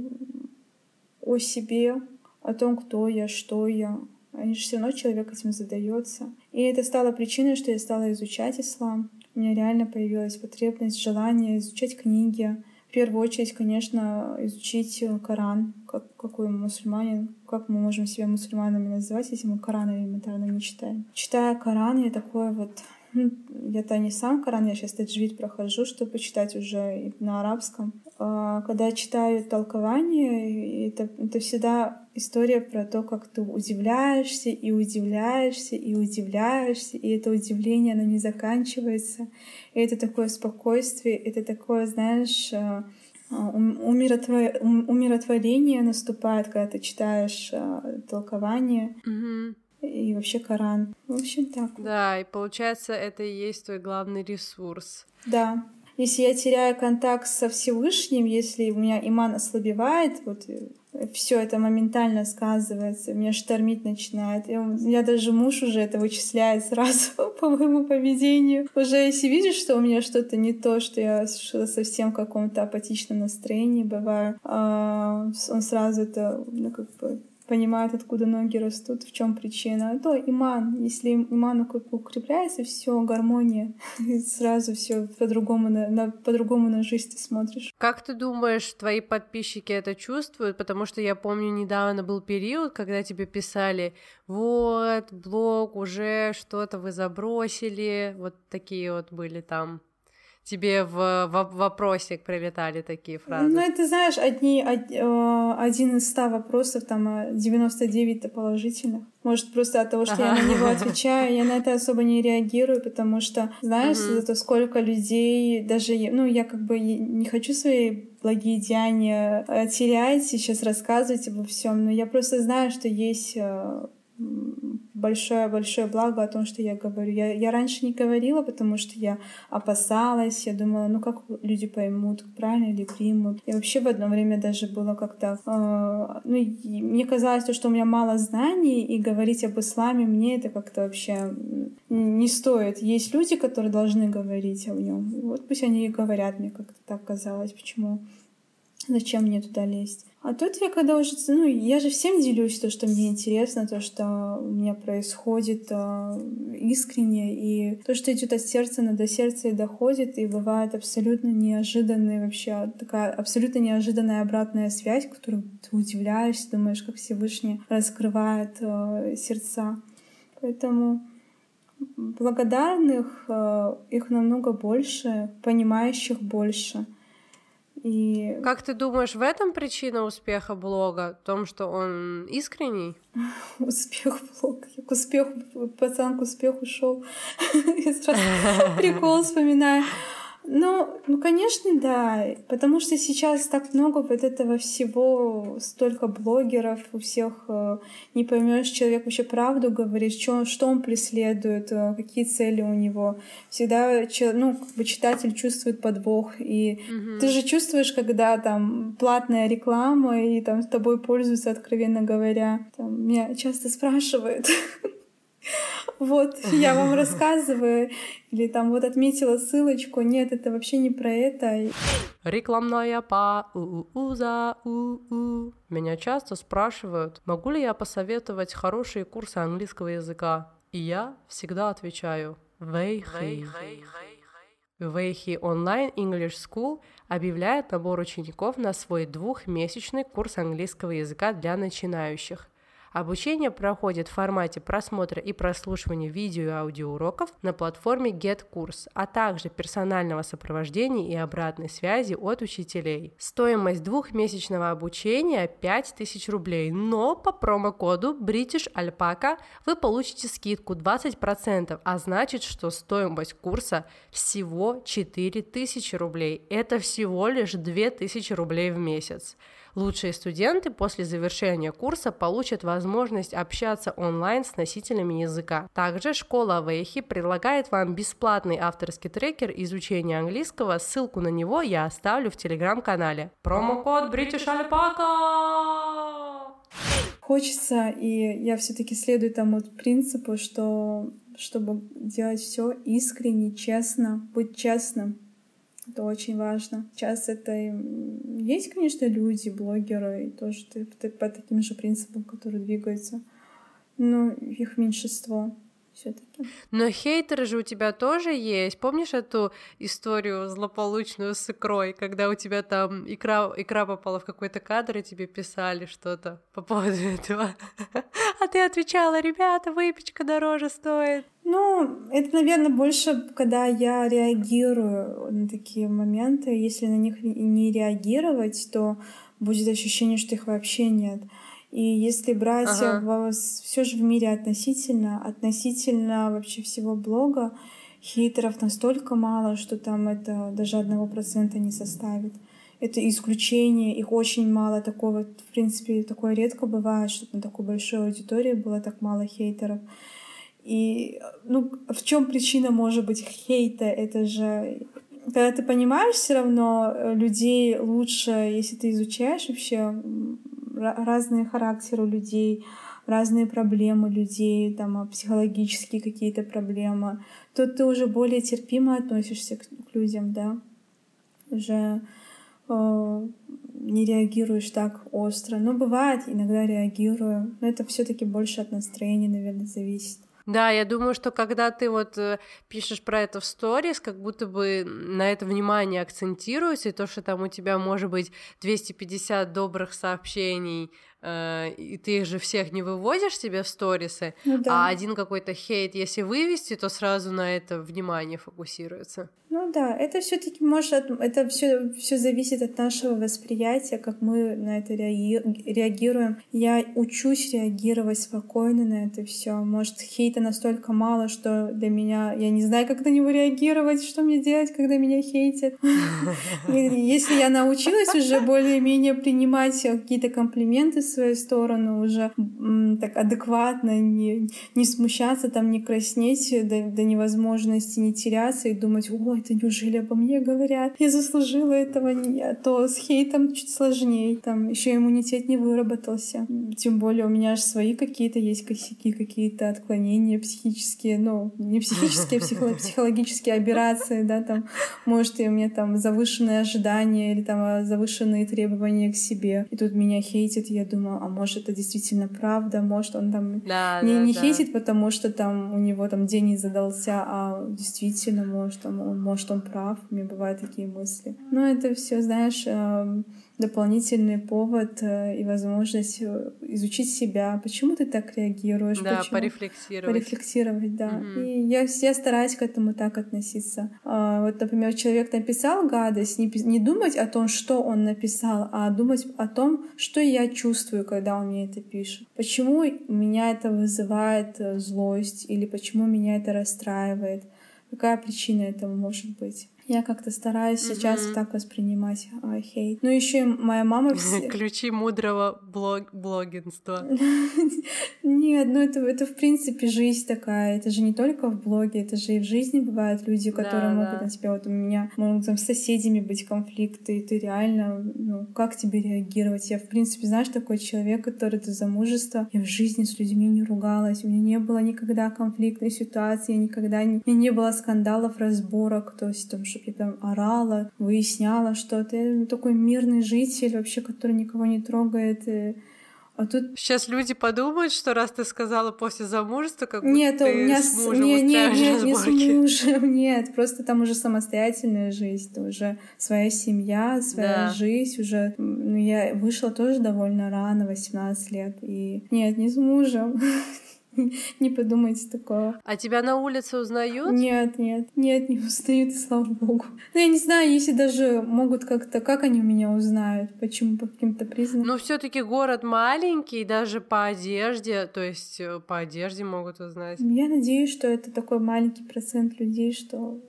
о себе, о том, кто я, что я, они же все равно человек этим задается. И это стало причиной, что я стала изучать ислам. У меня реально появилась потребность, желание изучать книги. В первую очередь, конечно, изучить Коран, какой мусульманин, как мы можем себя мусульманами называть, если мы Коран элементарно не читаем. Читая Коран, я такое вот... Я-то не сам Коран, я сейчас таджвид прохожу, чтобы почитать уже на арабском. Когда читаю толкование, это всегда история про то, как ты удивляешься и удивляешься и удивляешься, и это удивление, оно не заканчивается. И это такое спокойствие, это такое, знаешь, умиротворение наступает, когда ты читаешь толкование. И вообще Коран. В общем, так. Да, и получается, это и есть твой главный ресурс. Да. Если я теряю контакт со Всевышним, если у меня иман ослабевает, вот все это моментально сказывается, меня штормить начинает. У меня даже муж уже это вычисляет сразу по моему поведению. Уже если видишь, что у меня что-то не то, что я совсем в каком-то апатичном настроении бываю, он сразу это, понимает, откуда ноги растут, в чем причина. То иман. Если иман укрепляется, все гармония. И сразу все по-другому на жизнь ты смотришь. Как ты думаешь, твои подписчики это чувствуют? Потому что я помню, недавно был период, когда тебе писали: вот, блог, уже что-то вы забросили. Вот такие вот были там. Тебе в вопросик прилетали такие фразы. Ну, это, знаешь, один из 100 вопросов, там 99-то положительных. Может, просто от того, что я на него отвечаю, я на это особо не реагирую, потому что, знаешь, зато сколько людей, даже, я как бы не хочу свои благие деяния терять, сейчас рассказывать обо всем, но я просто знаю, что есть большое-большое благо о том, что я говорю. Я раньше не говорила, потому что я опасалась, я думала, как люди поймут, правильно ли примут. И вообще в одно время даже было как-то... мне казалось, что у меня мало знаний, и говорить об исламе мне это как-то вообще не стоит. Есть люди, которые должны говорить о нем. Вот пусть они и говорят, мне как-то так казалось. Почему? Зачем мне туда лезть? А тут я когда уже... я же всем делюсь то, что мне интересно, то, что у меня происходит искренне, и то, что идет от сердца, до сердца и доходит, и бывает абсолютно неожиданная вообще, такая абсолютно неожиданная обратная связь, которую ты удивляешься, думаешь, как Всевышний раскрывает сердца. Поэтому благодарных их намного больше, понимающих больше. И... Как ты думаешь, в этом причина успеха блога? В том, что он искренний? Успех блога. Пацан к успеху шел. Я сразу прикол вспоминаю. Конечно, да. Потому что сейчас так много вот этого всего, столько блогеров, у всех не поймешь, человек вообще правду говорит, что он преследует, какие цели у него. Всегда читатель чувствует подвох. И ты же чувствуешь, когда там платная реклама, и там с тобой пользуются, откровенно говоря. Меня часто спрашивают... Вот, я вам рассказываю, или там вот отметила ссылочку. Нет, это вообще не про это. Рекламная пауза. Меня часто спрашивают, могу ли я посоветовать хорошие курсы английского языка. И я всегда отвечаю: Вейхи. Вейхи Online English School объявляет набор учеников на свой 2-месячный курс английского языка для начинающих. Обучение проходит в формате просмотра и прослушивания видео и аудиоуроков на платформе GetCourse, а также персонального сопровождения и обратной связи от учителей. Стоимость 2-месячного обучения 5000 рублей, но по промокоду British Alpaca вы получите скидку 20%, а значит, что стоимость курса всего 4000 рублей. Это всего лишь 2000 рублей в месяц. Лучшие студенты после завершения курса получат возможность общаться онлайн с носителями языка. Также школа Вейхи предлагает вам бесплатный авторский трекер изучения английского. Ссылку на него я оставлю в телеграм-канале. Промокод British Alpaca! хочется, и я все-таки следую тому принципу, что чтобы делать все искренне, честно, быть честным. Это очень важно. Сейчас это есть, конечно, люди, блогеры, и тоже по таким же принципам, которые двигаются, но их меньшинство все-таки. Но хейтеры же у тебя тоже есть. Помнишь эту историю злополучную с икрой, когда у тебя там икра попала в какой-то кадр, и тебе писали что-то по поводу этого? А ты отвечала: ребята, выпечка дороже стоит. Ну, это, наверное, больше, когда я реагирую на такие моменты. Если на них не реагировать, то будет ощущение, что их вообще нет. И если брать все же в мире относительно вообще всего блога, хейтеров настолько мало, что там это даже 1% не составит. Это исключение, их очень мало. Такого, в принципе, такое редко бывает, чтобы на такой большой аудитории было так мало хейтеров. И в чем причина может быть хейта? Это же когда ты понимаешь все равно людей лучше, если ты изучаешь вообще разные характеры людей, разные проблемы людей, там, психологические какие-то проблемы, то ты уже более терпимо относишься к людям, да, уже не реагируешь так остро. Но бывает, иногда реагирую, но это все-таки больше от настроения, наверное, зависит. Да, я думаю, что когда ты вот пишешь про это в сторис, как будто бы на это внимание акцентируется, и то, что там у тебя может быть 250 добрых сообщений, и ты их же всех не выводишь себе в сторисы, а один какой-то хейт, если вывести, то сразу на это внимание фокусируется. Ну да, это все-таки это все зависит от нашего восприятия, как мы на это реагируем. Я учусь реагировать спокойно на это все. Может, хейта настолько мало, что для меня я не знаю, как на него реагировать, что мне делать, когда меня хейтят. Если я научилась уже более-менее принимать какие-то комплименты в свою сторону, уже так адекватно, не смущаться, там, не краснеть до невозможности, не теряться и думать: ой, это неужели обо мне говорят? Я заслужила этого, то с хейтом чуть сложнее. Там еще иммунитет не выработался. Тем более у меня же свои какие-то есть косяки, какие-то отклонения психические, не психические, а психологические аберрации, да, там, может, и у меня там завышенные ожидания или там завышенные требования к себе. И тут меня хейтят, и я думаю, а может, это действительно правда, может, он там не хейтит, потому что там у него там день не задался, а действительно, может, он прав. У меня бывают такие мысли. Но это все, знаешь, дополнительный повод и возможность изучить себя. Почему ты так реагируешь? Да, почему? Порефлексировать, да. И я стараюсь к этому так относиться. Вот, например, человек написал гадость, не думать о том, что он написал, а думать о том, что я чувствую, когда он мне это пишет. Почему меня это вызывает злость или почему меня это расстраивает. Какая причина этого может быть? Я как-то стараюсь сейчас так воспринимать хейт. Ну, еще и моя мама... Ключи мудрого блогинства. Нет, это в принципе жизнь такая. Это же не только в блоге, это же и в жизни бывают люди, которые могут на тебя... Вот у меня могут там с соседями быть конфликты, и ты реально... как тебе реагировать? Я, в принципе, знаешь, такой человек, который до замужества... Я в жизни с людьми не ругалась. У меня не было никогда конфликтной ситуации, у меня не было скандалов, разборок, то есть там, чтобы я там орала, выясняла что-то. Я такой мирный житель вообще, который никого не трогает. А тут... Сейчас люди подумают, что раз ты сказала после замужества, как будто нет, ты у меня с мужем устраиваешь не с мужем, нет. Просто там уже самостоятельная жизнь, это уже своя семья, своя жизнь. Уже я вышла тоже довольно рано, 18 лет. И нет, не с мужем. Не подумайте такого. А тебя на улице узнают? Нет, не узнают, и слава богу. Ну, я не знаю, если даже могут как-то... Как они меня узнают? Почему? По каким-то признакам? Ну, все-таки город маленький, даже по одежде, то есть по одежде могут узнать. Я надеюсь, что это такой маленький процент людей, что...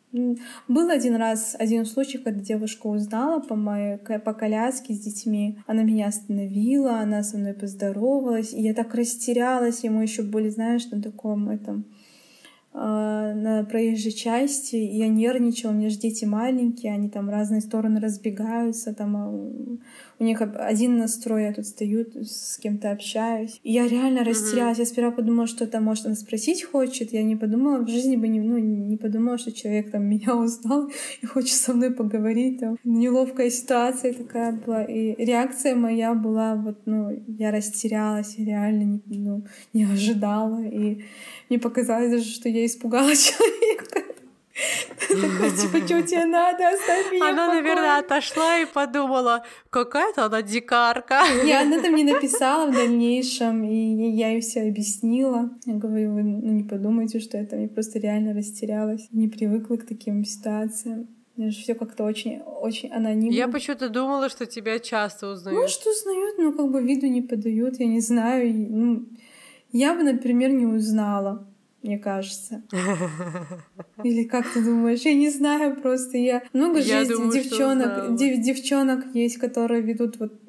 Был один случай, когда девушка узнала по коляске с детьми. Она меня остановила, она со мной поздоровалась, и я так растерялась, и мы еще были, знаешь, на таком на проезжей части, и я нервничала, у меня же дети маленькие, они там в разные стороны разбегаются, там у них один настрой, я тут стою, с кем-то общаюсь. И я реально растерялась. Я сперва подумала, что это, может, она спросить хочет. Я не подумала, в жизни бы не подумала, что человек там меня узнал и хочет со мной поговорить. Там. Неловкая ситуация такая была. И реакция моя была вот, я растерялась, я реально не ожидала. И мне показалось даже, что я испугала человека. Такая, типа, что тебе надо, оставь меня в покое. Она, наверное, отошла и подумала, какая-то она дикарка. И она там мне написала в дальнейшем, и я ей все объяснила. Я говорю, вы не подумайте, что это, я просто реально растерялась, не привыкла к таким ситуациям. Мне же все как-то очень, очень анонимно. Я почему-то думала, что тебя часто узнают. Может, узнают, но как бы виду не подают, я не знаю. Я бы, например, не узнала. Мне кажется. Или как ты думаешь? Я не знаю, просто много же девчонок есть, которые ведут вот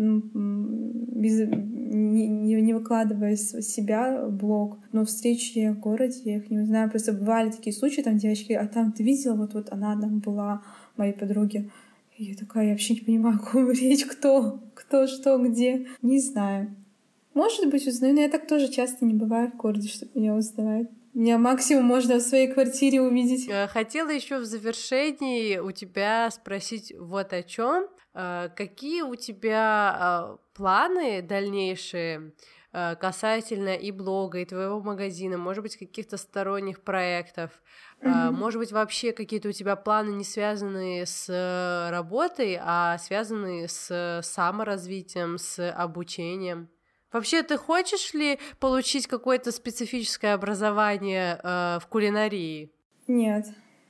не выкладывая себя блог. Но встречи я в городе, я их не знаю. Просто бывали такие случаи, там девочки, а там ты видела, вот она там была, моей подруги. И я такая, я вообще не понимаю, о ком речь, кто, что, где. Не знаю. Может быть, узнаю, но я так тоже часто не бываю в городе, чтобы меня узнавать. Меня максимум можно в своей квартире увидеть. Хотела еще в завершении у тебя спросить вот о чем. Какие у тебя планы дальнейшие касательно и блога, и твоего магазина, может быть, каких-то сторонних проектов, может быть, вообще какие-то у тебя планы не связанные с работой, а связанные с саморазвитием, с обучением? Вообще, ты хочешь ли получить какое-то специфическое образование в кулинарии? Нет.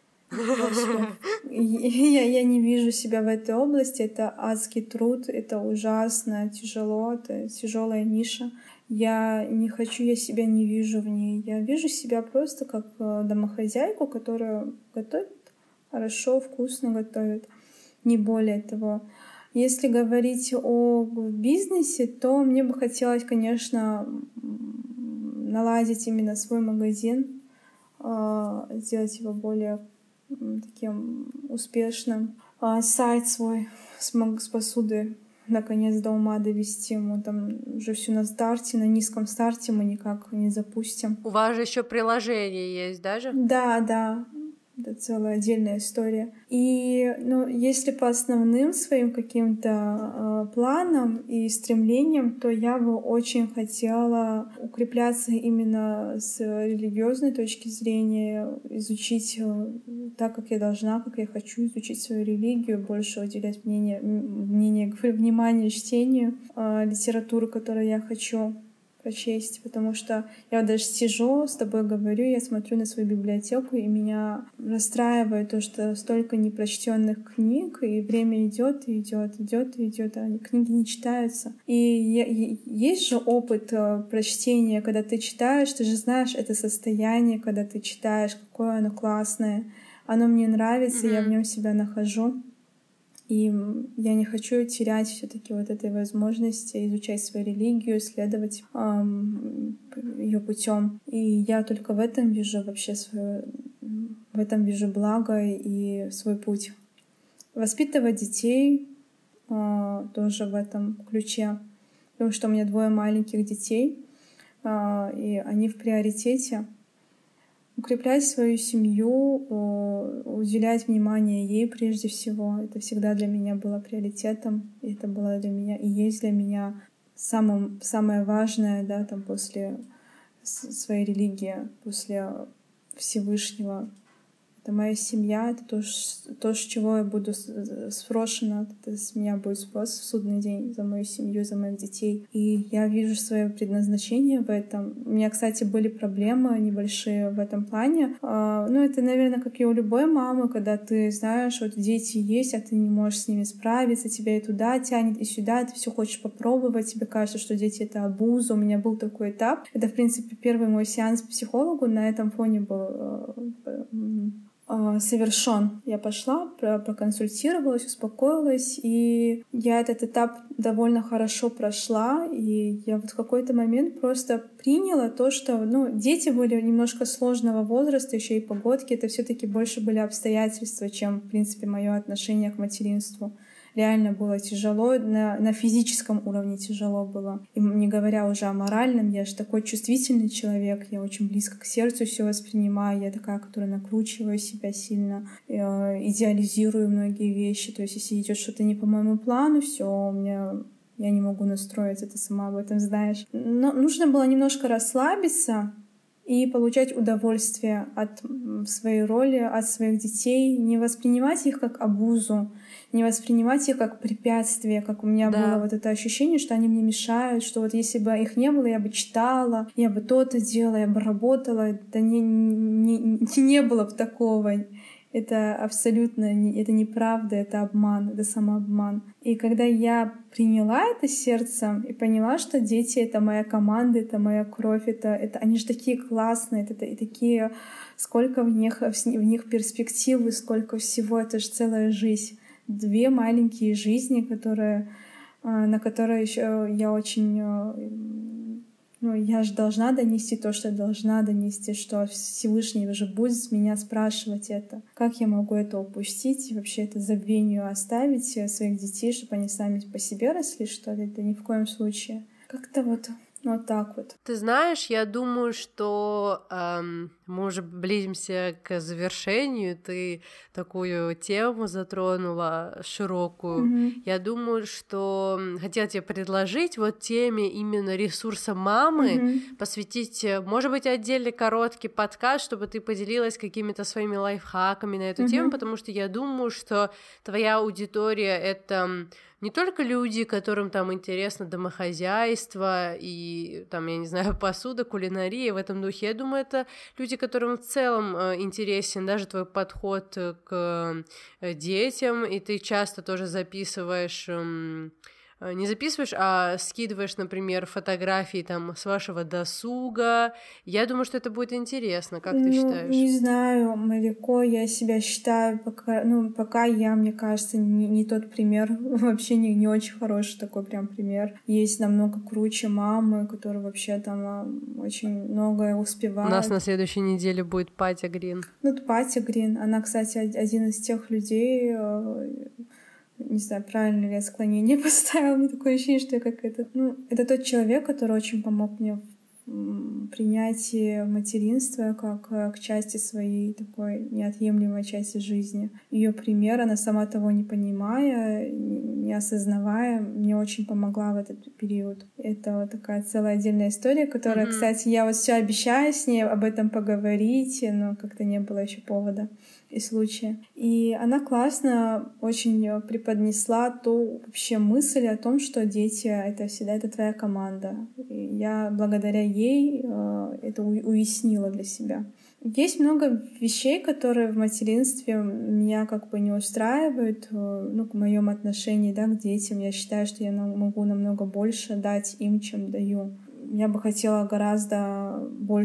Я не вижу себя в этой области. Это адский труд, это ужасно, тяжело, это тяжелая ниша. Я не хочу, я себя не вижу в ней. Я вижу себя просто как домохозяйку, которая готовит хорошо, вкусно готовит, не более того. Если говорить о бизнесе, то мне бы хотелось, конечно, наладить именно свой магазин, сделать его более таким успешным. Сайт свой с посудой наконец до ума довести. Мы там уже все на старте, на низком старте мы никак не запустим. У вас же еще приложение есть даже? Да. Это целая отдельная история. И если по основным своим каким-то планам и стремлениям, то я бы очень хотела укрепляться именно с религиозной точки зрения, изучить так, как я должна, как я хочу изучить свою религию, больше уделять внимание чтению литературы, которую я хочу прочесть, потому что я вот даже сижу, с тобой говорю, я смотрю на свою библиотеку, и меня расстраивает то, что столько непрочтенных книг, и время идет, а книги не читаются. И есть же опыт прочтения, когда ты читаешь, ты же знаешь это состояние, когда ты читаешь, какое оно классное, оно мне нравится, я в нем себя нахожу. И я не хочу терять все-таки вот этой возможности изучать свою религию, следовать ее путем. И я только в этом вижу вообще в этом вижу благо и свой путь. Воспитывать детей тоже в этом ключе, потому что у меня 2 маленьких детей, и они в приоритете. Укреплять свою семью, уделять внимание ей прежде всего. Это всегда для меня было приоритетом. И это было для меня и есть для меня самое важное, да, там после своей религии, после Всевышнего. Это моя семья, это то, с чего я буду спрошена, это с меня будет спрос в судный день за мою семью, за моих детей. И я вижу свое предназначение в этом. У меня, кстати, были проблемы небольшие в этом плане. Это, наверное, как и у любой мамы, когда ты знаешь, вот дети есть, а ты не можешь с ними справиться, тебя и туда тянет, и сюда, ты все хочешь попробовать, тебе кажется, что дети — это абуза. У меня был такой этап. Это, в принципе, первый мой сеанс к психологу. На этом фоне был совершен. Я пошла, проконсультировалась, успокоилась, и я этот этап довольно хорошо прошла, и я вот в какой-то момент просто приняла то, что, дети были немножко сложного возраста, еще и погодки, это все-таки больше были обстоятельства, чем, в принципе, мое отношение к материнству. Реально было тяжело, на физическом уровне тяжело было. И не говоря уже о моральном, я же такой чувствительный человек, я очень близко к сердцу все воспринимаю, я такая, которая накручиваю себя сильно, идеализирую многие вещи. То есть если идет что-то не по моему плану, все, я не могу настроиться, ты сама об этом знаешь. Но нужно было немножко расслабиться и получать удовольствие от своей роли, от своих детей, не воспринимать их как обузу, не воспринимать их как препятствие, как у меня было вот это ощущение, что они мне мешают, что вот если бы их не было, я бы читала, я бы то-то делала, я бы работала. Да не было бы такого. Это абсолютно это неправда, это обман, это самообман. И когда я приняла это сердцем и поняла, что дети — это моя команда, это моя кровь, это они же такие классные, это и такие, сколько в них перспективы, сколько всего, это же целая жизнь. 2 маленькие жизни, на которые еще я очень... я же должна донести то, что я должна донести, что Всевышний уже будет с меня спрашивать это. Как я могу это упустить и вообще это забвению оставить своих детей, чтобы они сами по себе росли, что ли? Это ни в коем случае. Как-то вот так вот. Ты знаешь, я думаю, что мы уже близимся к завершению. Ты такую тему затронула широкую. Я думаю, что хотела тебе предложить вот теме именно ресурса мамы посвятить, может быть, отдельный короткий подкаст, чтобы ты поделилась какими-то своими лайфхаками на эту тему, потому что я думаю, что твоя аудитория — это не только люди, которым там интересно домохозяйство и там, я не знаю, посуда, кулинария в этом духе. Я думаю, это люди, которым в целом интересен даже твой подход к детям, и ты часто тоже записываешь... Не записываешь, а скидываешь, например, фотографии там с вашего досуга. Я думаю, что это будет интересно. Как ты считаешь? Не знаю, Малико, я себя считаю пока я, мне кажется, не тот пример. Вообще не очень хороший такой прям пример. Есть намного круче мамы, которые вообще там очень многое успевают. У нас на следующей неделе будет Патя Грин. Патя Грин. Она, кстати, один из тех людей... Не знаю, правильно ли я склонение поставила. Мне такое ощущение, что я как это тот человек, который очень помог мне в принятии материнства как к части своей такой неотъемлемой части жизни. Ее пример, она сама того не понимая, не осознавая, мне очень помогла в этот период. Это вот такая целая отдельная история, которая, кстати, я вот все обещаю с ней об этом поговорить, но как-то не было еще повода и случая. И она классно очень преподнесла ту вообще мысль о том, что дети — это всегда твоя команда. И я благодаря ей это уяснила для себя. Есть много вещей, которые в материнстве меня как бы не устраивают, к моем отношении, к детям. Я считаю, что я могу намного больше дать им, чем даю. Я бы хотела гораздо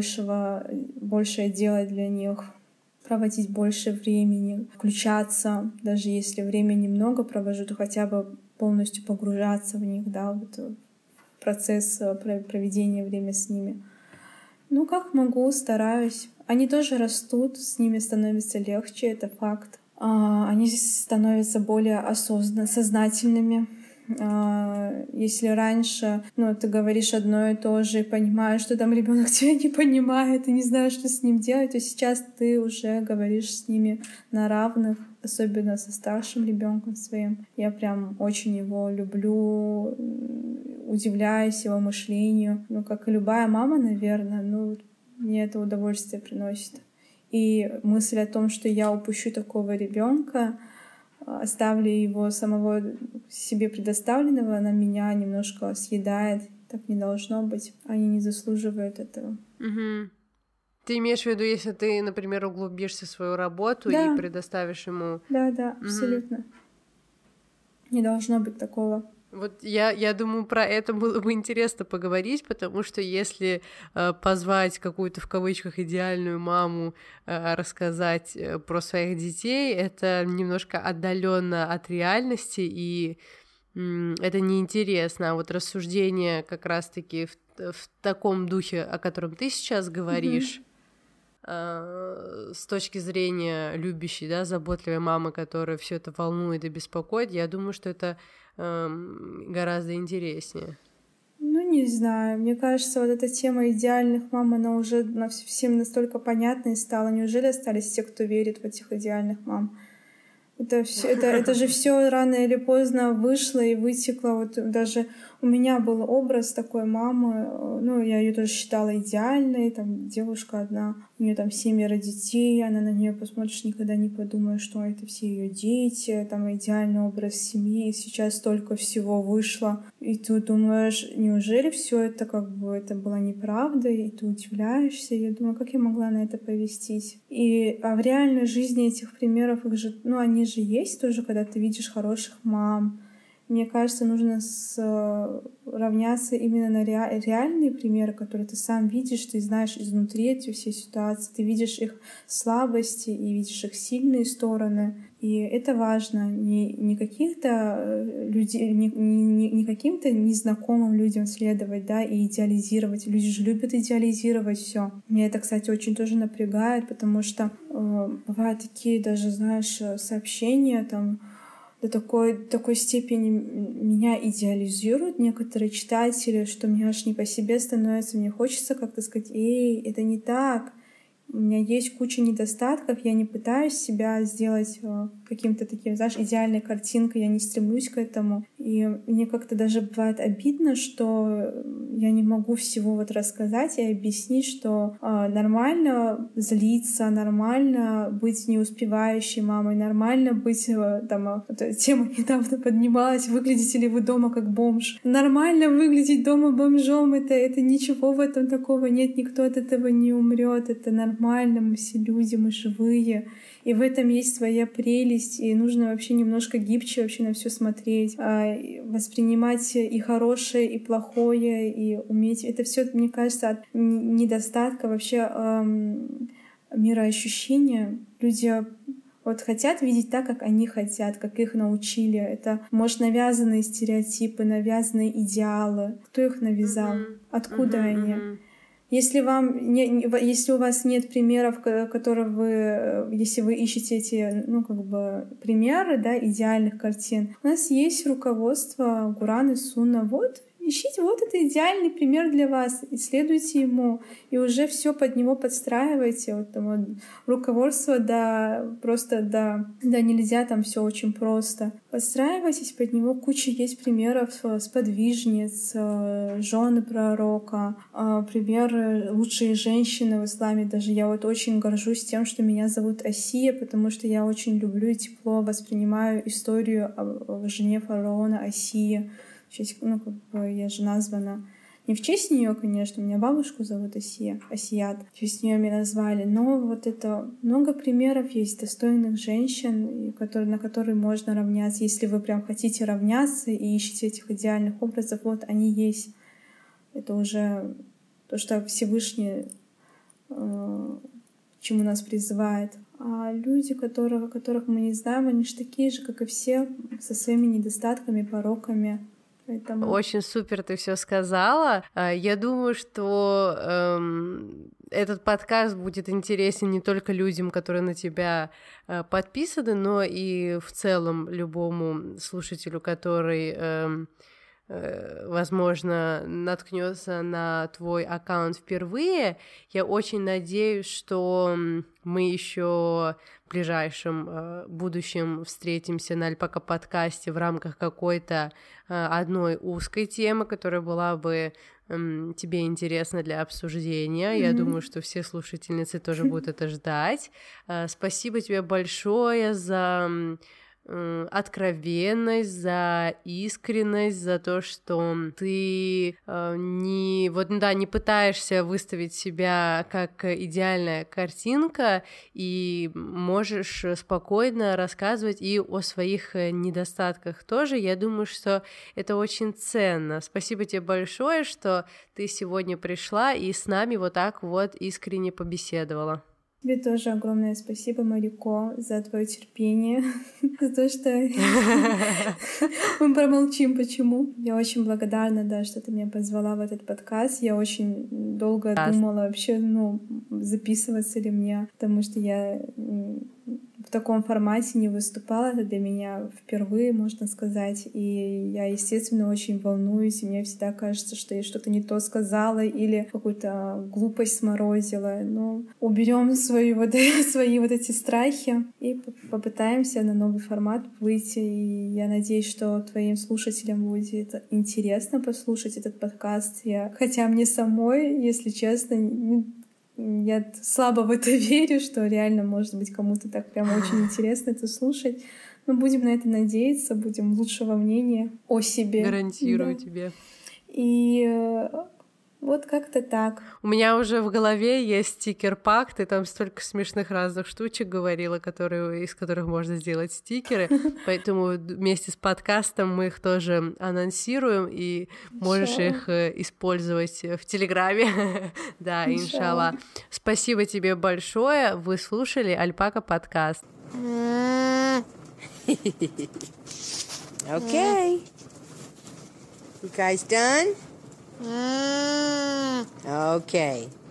большее делать для них, проводить больше времени, включаться, даже если времени немного провожу, то хотя бы полностью погружаться в них, в процесс проведения времени с ними. Как могу, стараюсь. Они тоже растут, с ними становится легче, это факт. Они становятся более сознательными. Если раньше, ты говоришь одно и то же и понимаешь, что там ребенок тебя не понимает и не знаешь, что с ним делать, то сейчас ты уже говоришь с ними на равных, особенно со старшим ребенком своим. Я прям очень его люблю, удивляюсь его мышлению. Как и любая мама, наверное, мне это удовольствие приносит. И мысль о том, что я упущу такого ребенка, оставлю его самого себе предоставленного, она меня немножко съедает. Так не должно быть. Они не заслуживают этого. Ты имеешь в виду, если ты, например, углубишься в свою работу и предоставишь ему... Да, абсолютно. Не должно быть такого. Вот я думаю, про это было бы интересно поговорить, потому что если позвать какую-то в кавычках идеальную маму рассказать про своих детей, это немножко отдаленно от реальности, и это неинтересно. А вот рассуждение как раз-таки в таком духе, о котором ты сейчас говоришь, с точки зрения любящей, да, заботливой мамы, которая все это волнует и беспокоит, я думаю, что это гораздо интереснее. Ну, не знаю. Мне кажется, вот эта тема идеальных мам, она уже всем настолько понятной стала. Неужели остались те, кто верит в этих идеальных мам? Это же все рано или поздно вышло и вытекло. Вот даже у меня был образ такой мамы, ну, я ее тоже считала идеальной, там, девушка одна, у нее там 7 детей, она на нее посмотришь, никогда не подумаешь, что это все ее дети, там, идеальный образ семьи, и сейчас столько всего вышло, и ты думаешь, неужели все это как бы, это была неправда, и ты удивляешься, я думаю, как я могла на это повестись? А в реальной жизни этих примеров, их же, ну, они же есть тоже, когда ты видишь хороших мам. Мне кажется, нужно равняться именно на реальные примеры, которые ты сам видишь, ты знаешь изнутри эти все ситуации, ты видишь их слабости и видишь их сильные стороны. И это важно. Не каких-то людей, не каким-то незнакомым людям следовать, да, и идеализировать. Люди же любят идеализировать все. Меня это, кстати, очень тоже напрягает, потому что бывают такие даже, знаешь, сообщения там, до такой степени меня идеализируют некоторые читатели, что мне аж не по себе становится, мне хочется как-то сказать: эй, это не так, у меня есть куча недостатков, я не пытаюсь себя сделать каким-то таким, знаешь, идеальной картинкой, я не стремлюсь к этому. И мне как-то даже бывает обидно, что я не могу всего вот рассказать и объяснить, что нормально злиться, нормально быть неуспевающей мамой, нормально быть, там, тема недавно поднималась, выглядите ли вы дома как бомж. Нормально выглядеть дома бомжом, это ничего в этом такого нет, никто от этого не умрет, это нормально, мы все люди, мы живые. И в этом есть своя прелесть, и нужно вообще немножко гибче вообще на все смотреть, воспринимать и хорошее, и плохое, и уметь. Это все, мне кажется, от недостатка вообще мироощущения. Люди вот хотят видеть так, как они хотят, как их научили. Это, может, навязанные стереотипы, навязанные идеалы. Кто их навязал? Откуда они? Если у вас нет примеров, если вы ищете эти, ну, как бы, примеры, да, идеальных картин, у нас есть руководство Гуран и Сунна. Вот, ищите, вот это идеальный пример для вас, исследуйте ему, и уже все под него подстраивайте. Вот там вот, руководство, да, просто да, нельзя, там все очень просто. Подстраивайтесь под него, куча есть примеров сподвижниц, жены пророка, примеры лучшие женщины в исламе. Даже я вот очень горжусь тем, что меня зовут Асия, потому что я очень люблю и тепло воспринимаю историю о жене фараона Асии. Ну, как бы я же названа не в честь нее, конечно, у меня бабушку зовут Асият, в честь нее меня назвали, но вот это много примеров есть достойных женщин, на которые можно равняться. Если вы прям хотите равняться и ищете этих идеальных образов, вот они есть. Это уже то, что Всевышний к чему нас призывает. А люди, которых мы не знаем, они же такие же, как и все, со своими недостатками, пороками. Поэтому... Очень супер ты все сказала. Я думаю, что этот подкаст будет интересен не только людям, которые на тебя подписаны, но и в целом любому слушателю, который, возможно, наткнется на твой аккаунт впервые. Я очень надеюсь, что мы еще в ближайшем будущем встретимся на Альпака подкасте в рамках какой-то одной узкой темы, которая была бы тебе интересна для обсуждения. Я думаю, что все слушательницы тоже будут это ждать. Спасибо тебе большое за откровенность, за искренность, за то, что ты не пытаешься выставить себя как идеальная картинка и можешь спокойно рассказывать и о своих недостатках тоже. Я думаю, что это очень ценно. Спасибо тебе большое, что ты сегодня пришла и с нами вот так вот искренне побеседовала. Тебе тоже огромное спасибо, Марико, за твое терпение, за то, что мы промолчим, почему. Я очень благодарна, да, что ты меня позвала в этот подкаст. Я очень долго думала вообще, записываться ли мне, потому что я в таком формате не выступала. Это для меня впервые, можно сказать. И я, естественно, очень волнуюсь. И мне всегда кажется, что я что-то не то сказала или какую-то глупость сморозила. Но уберем свои вот эти страхи и попытаемся на новый формат выйти. И я надеюсь, что твоим слушателям будет интересно послушать этот подкаст. Хотя мне самой, если честно, я слабо в это верю, что реально, может быть, кому-то так прям очень интересно это слушать. Но будем на это надеяться, будем лучшего мнения о себе. Гарантирую тебе. И вот как-то так. У меня уже в голове есть стикер-пак, ты там столько смешных разных штучек говорила, из которых можно сделать стикеры, поэтому вместе с подкастом мы их тоже анонсируем, и можешь их использовать в Телеграме. Да, иншаллах. Спасибо тебе большое, вы слушали Альпака подкаст. Okay. You guys done? Okay.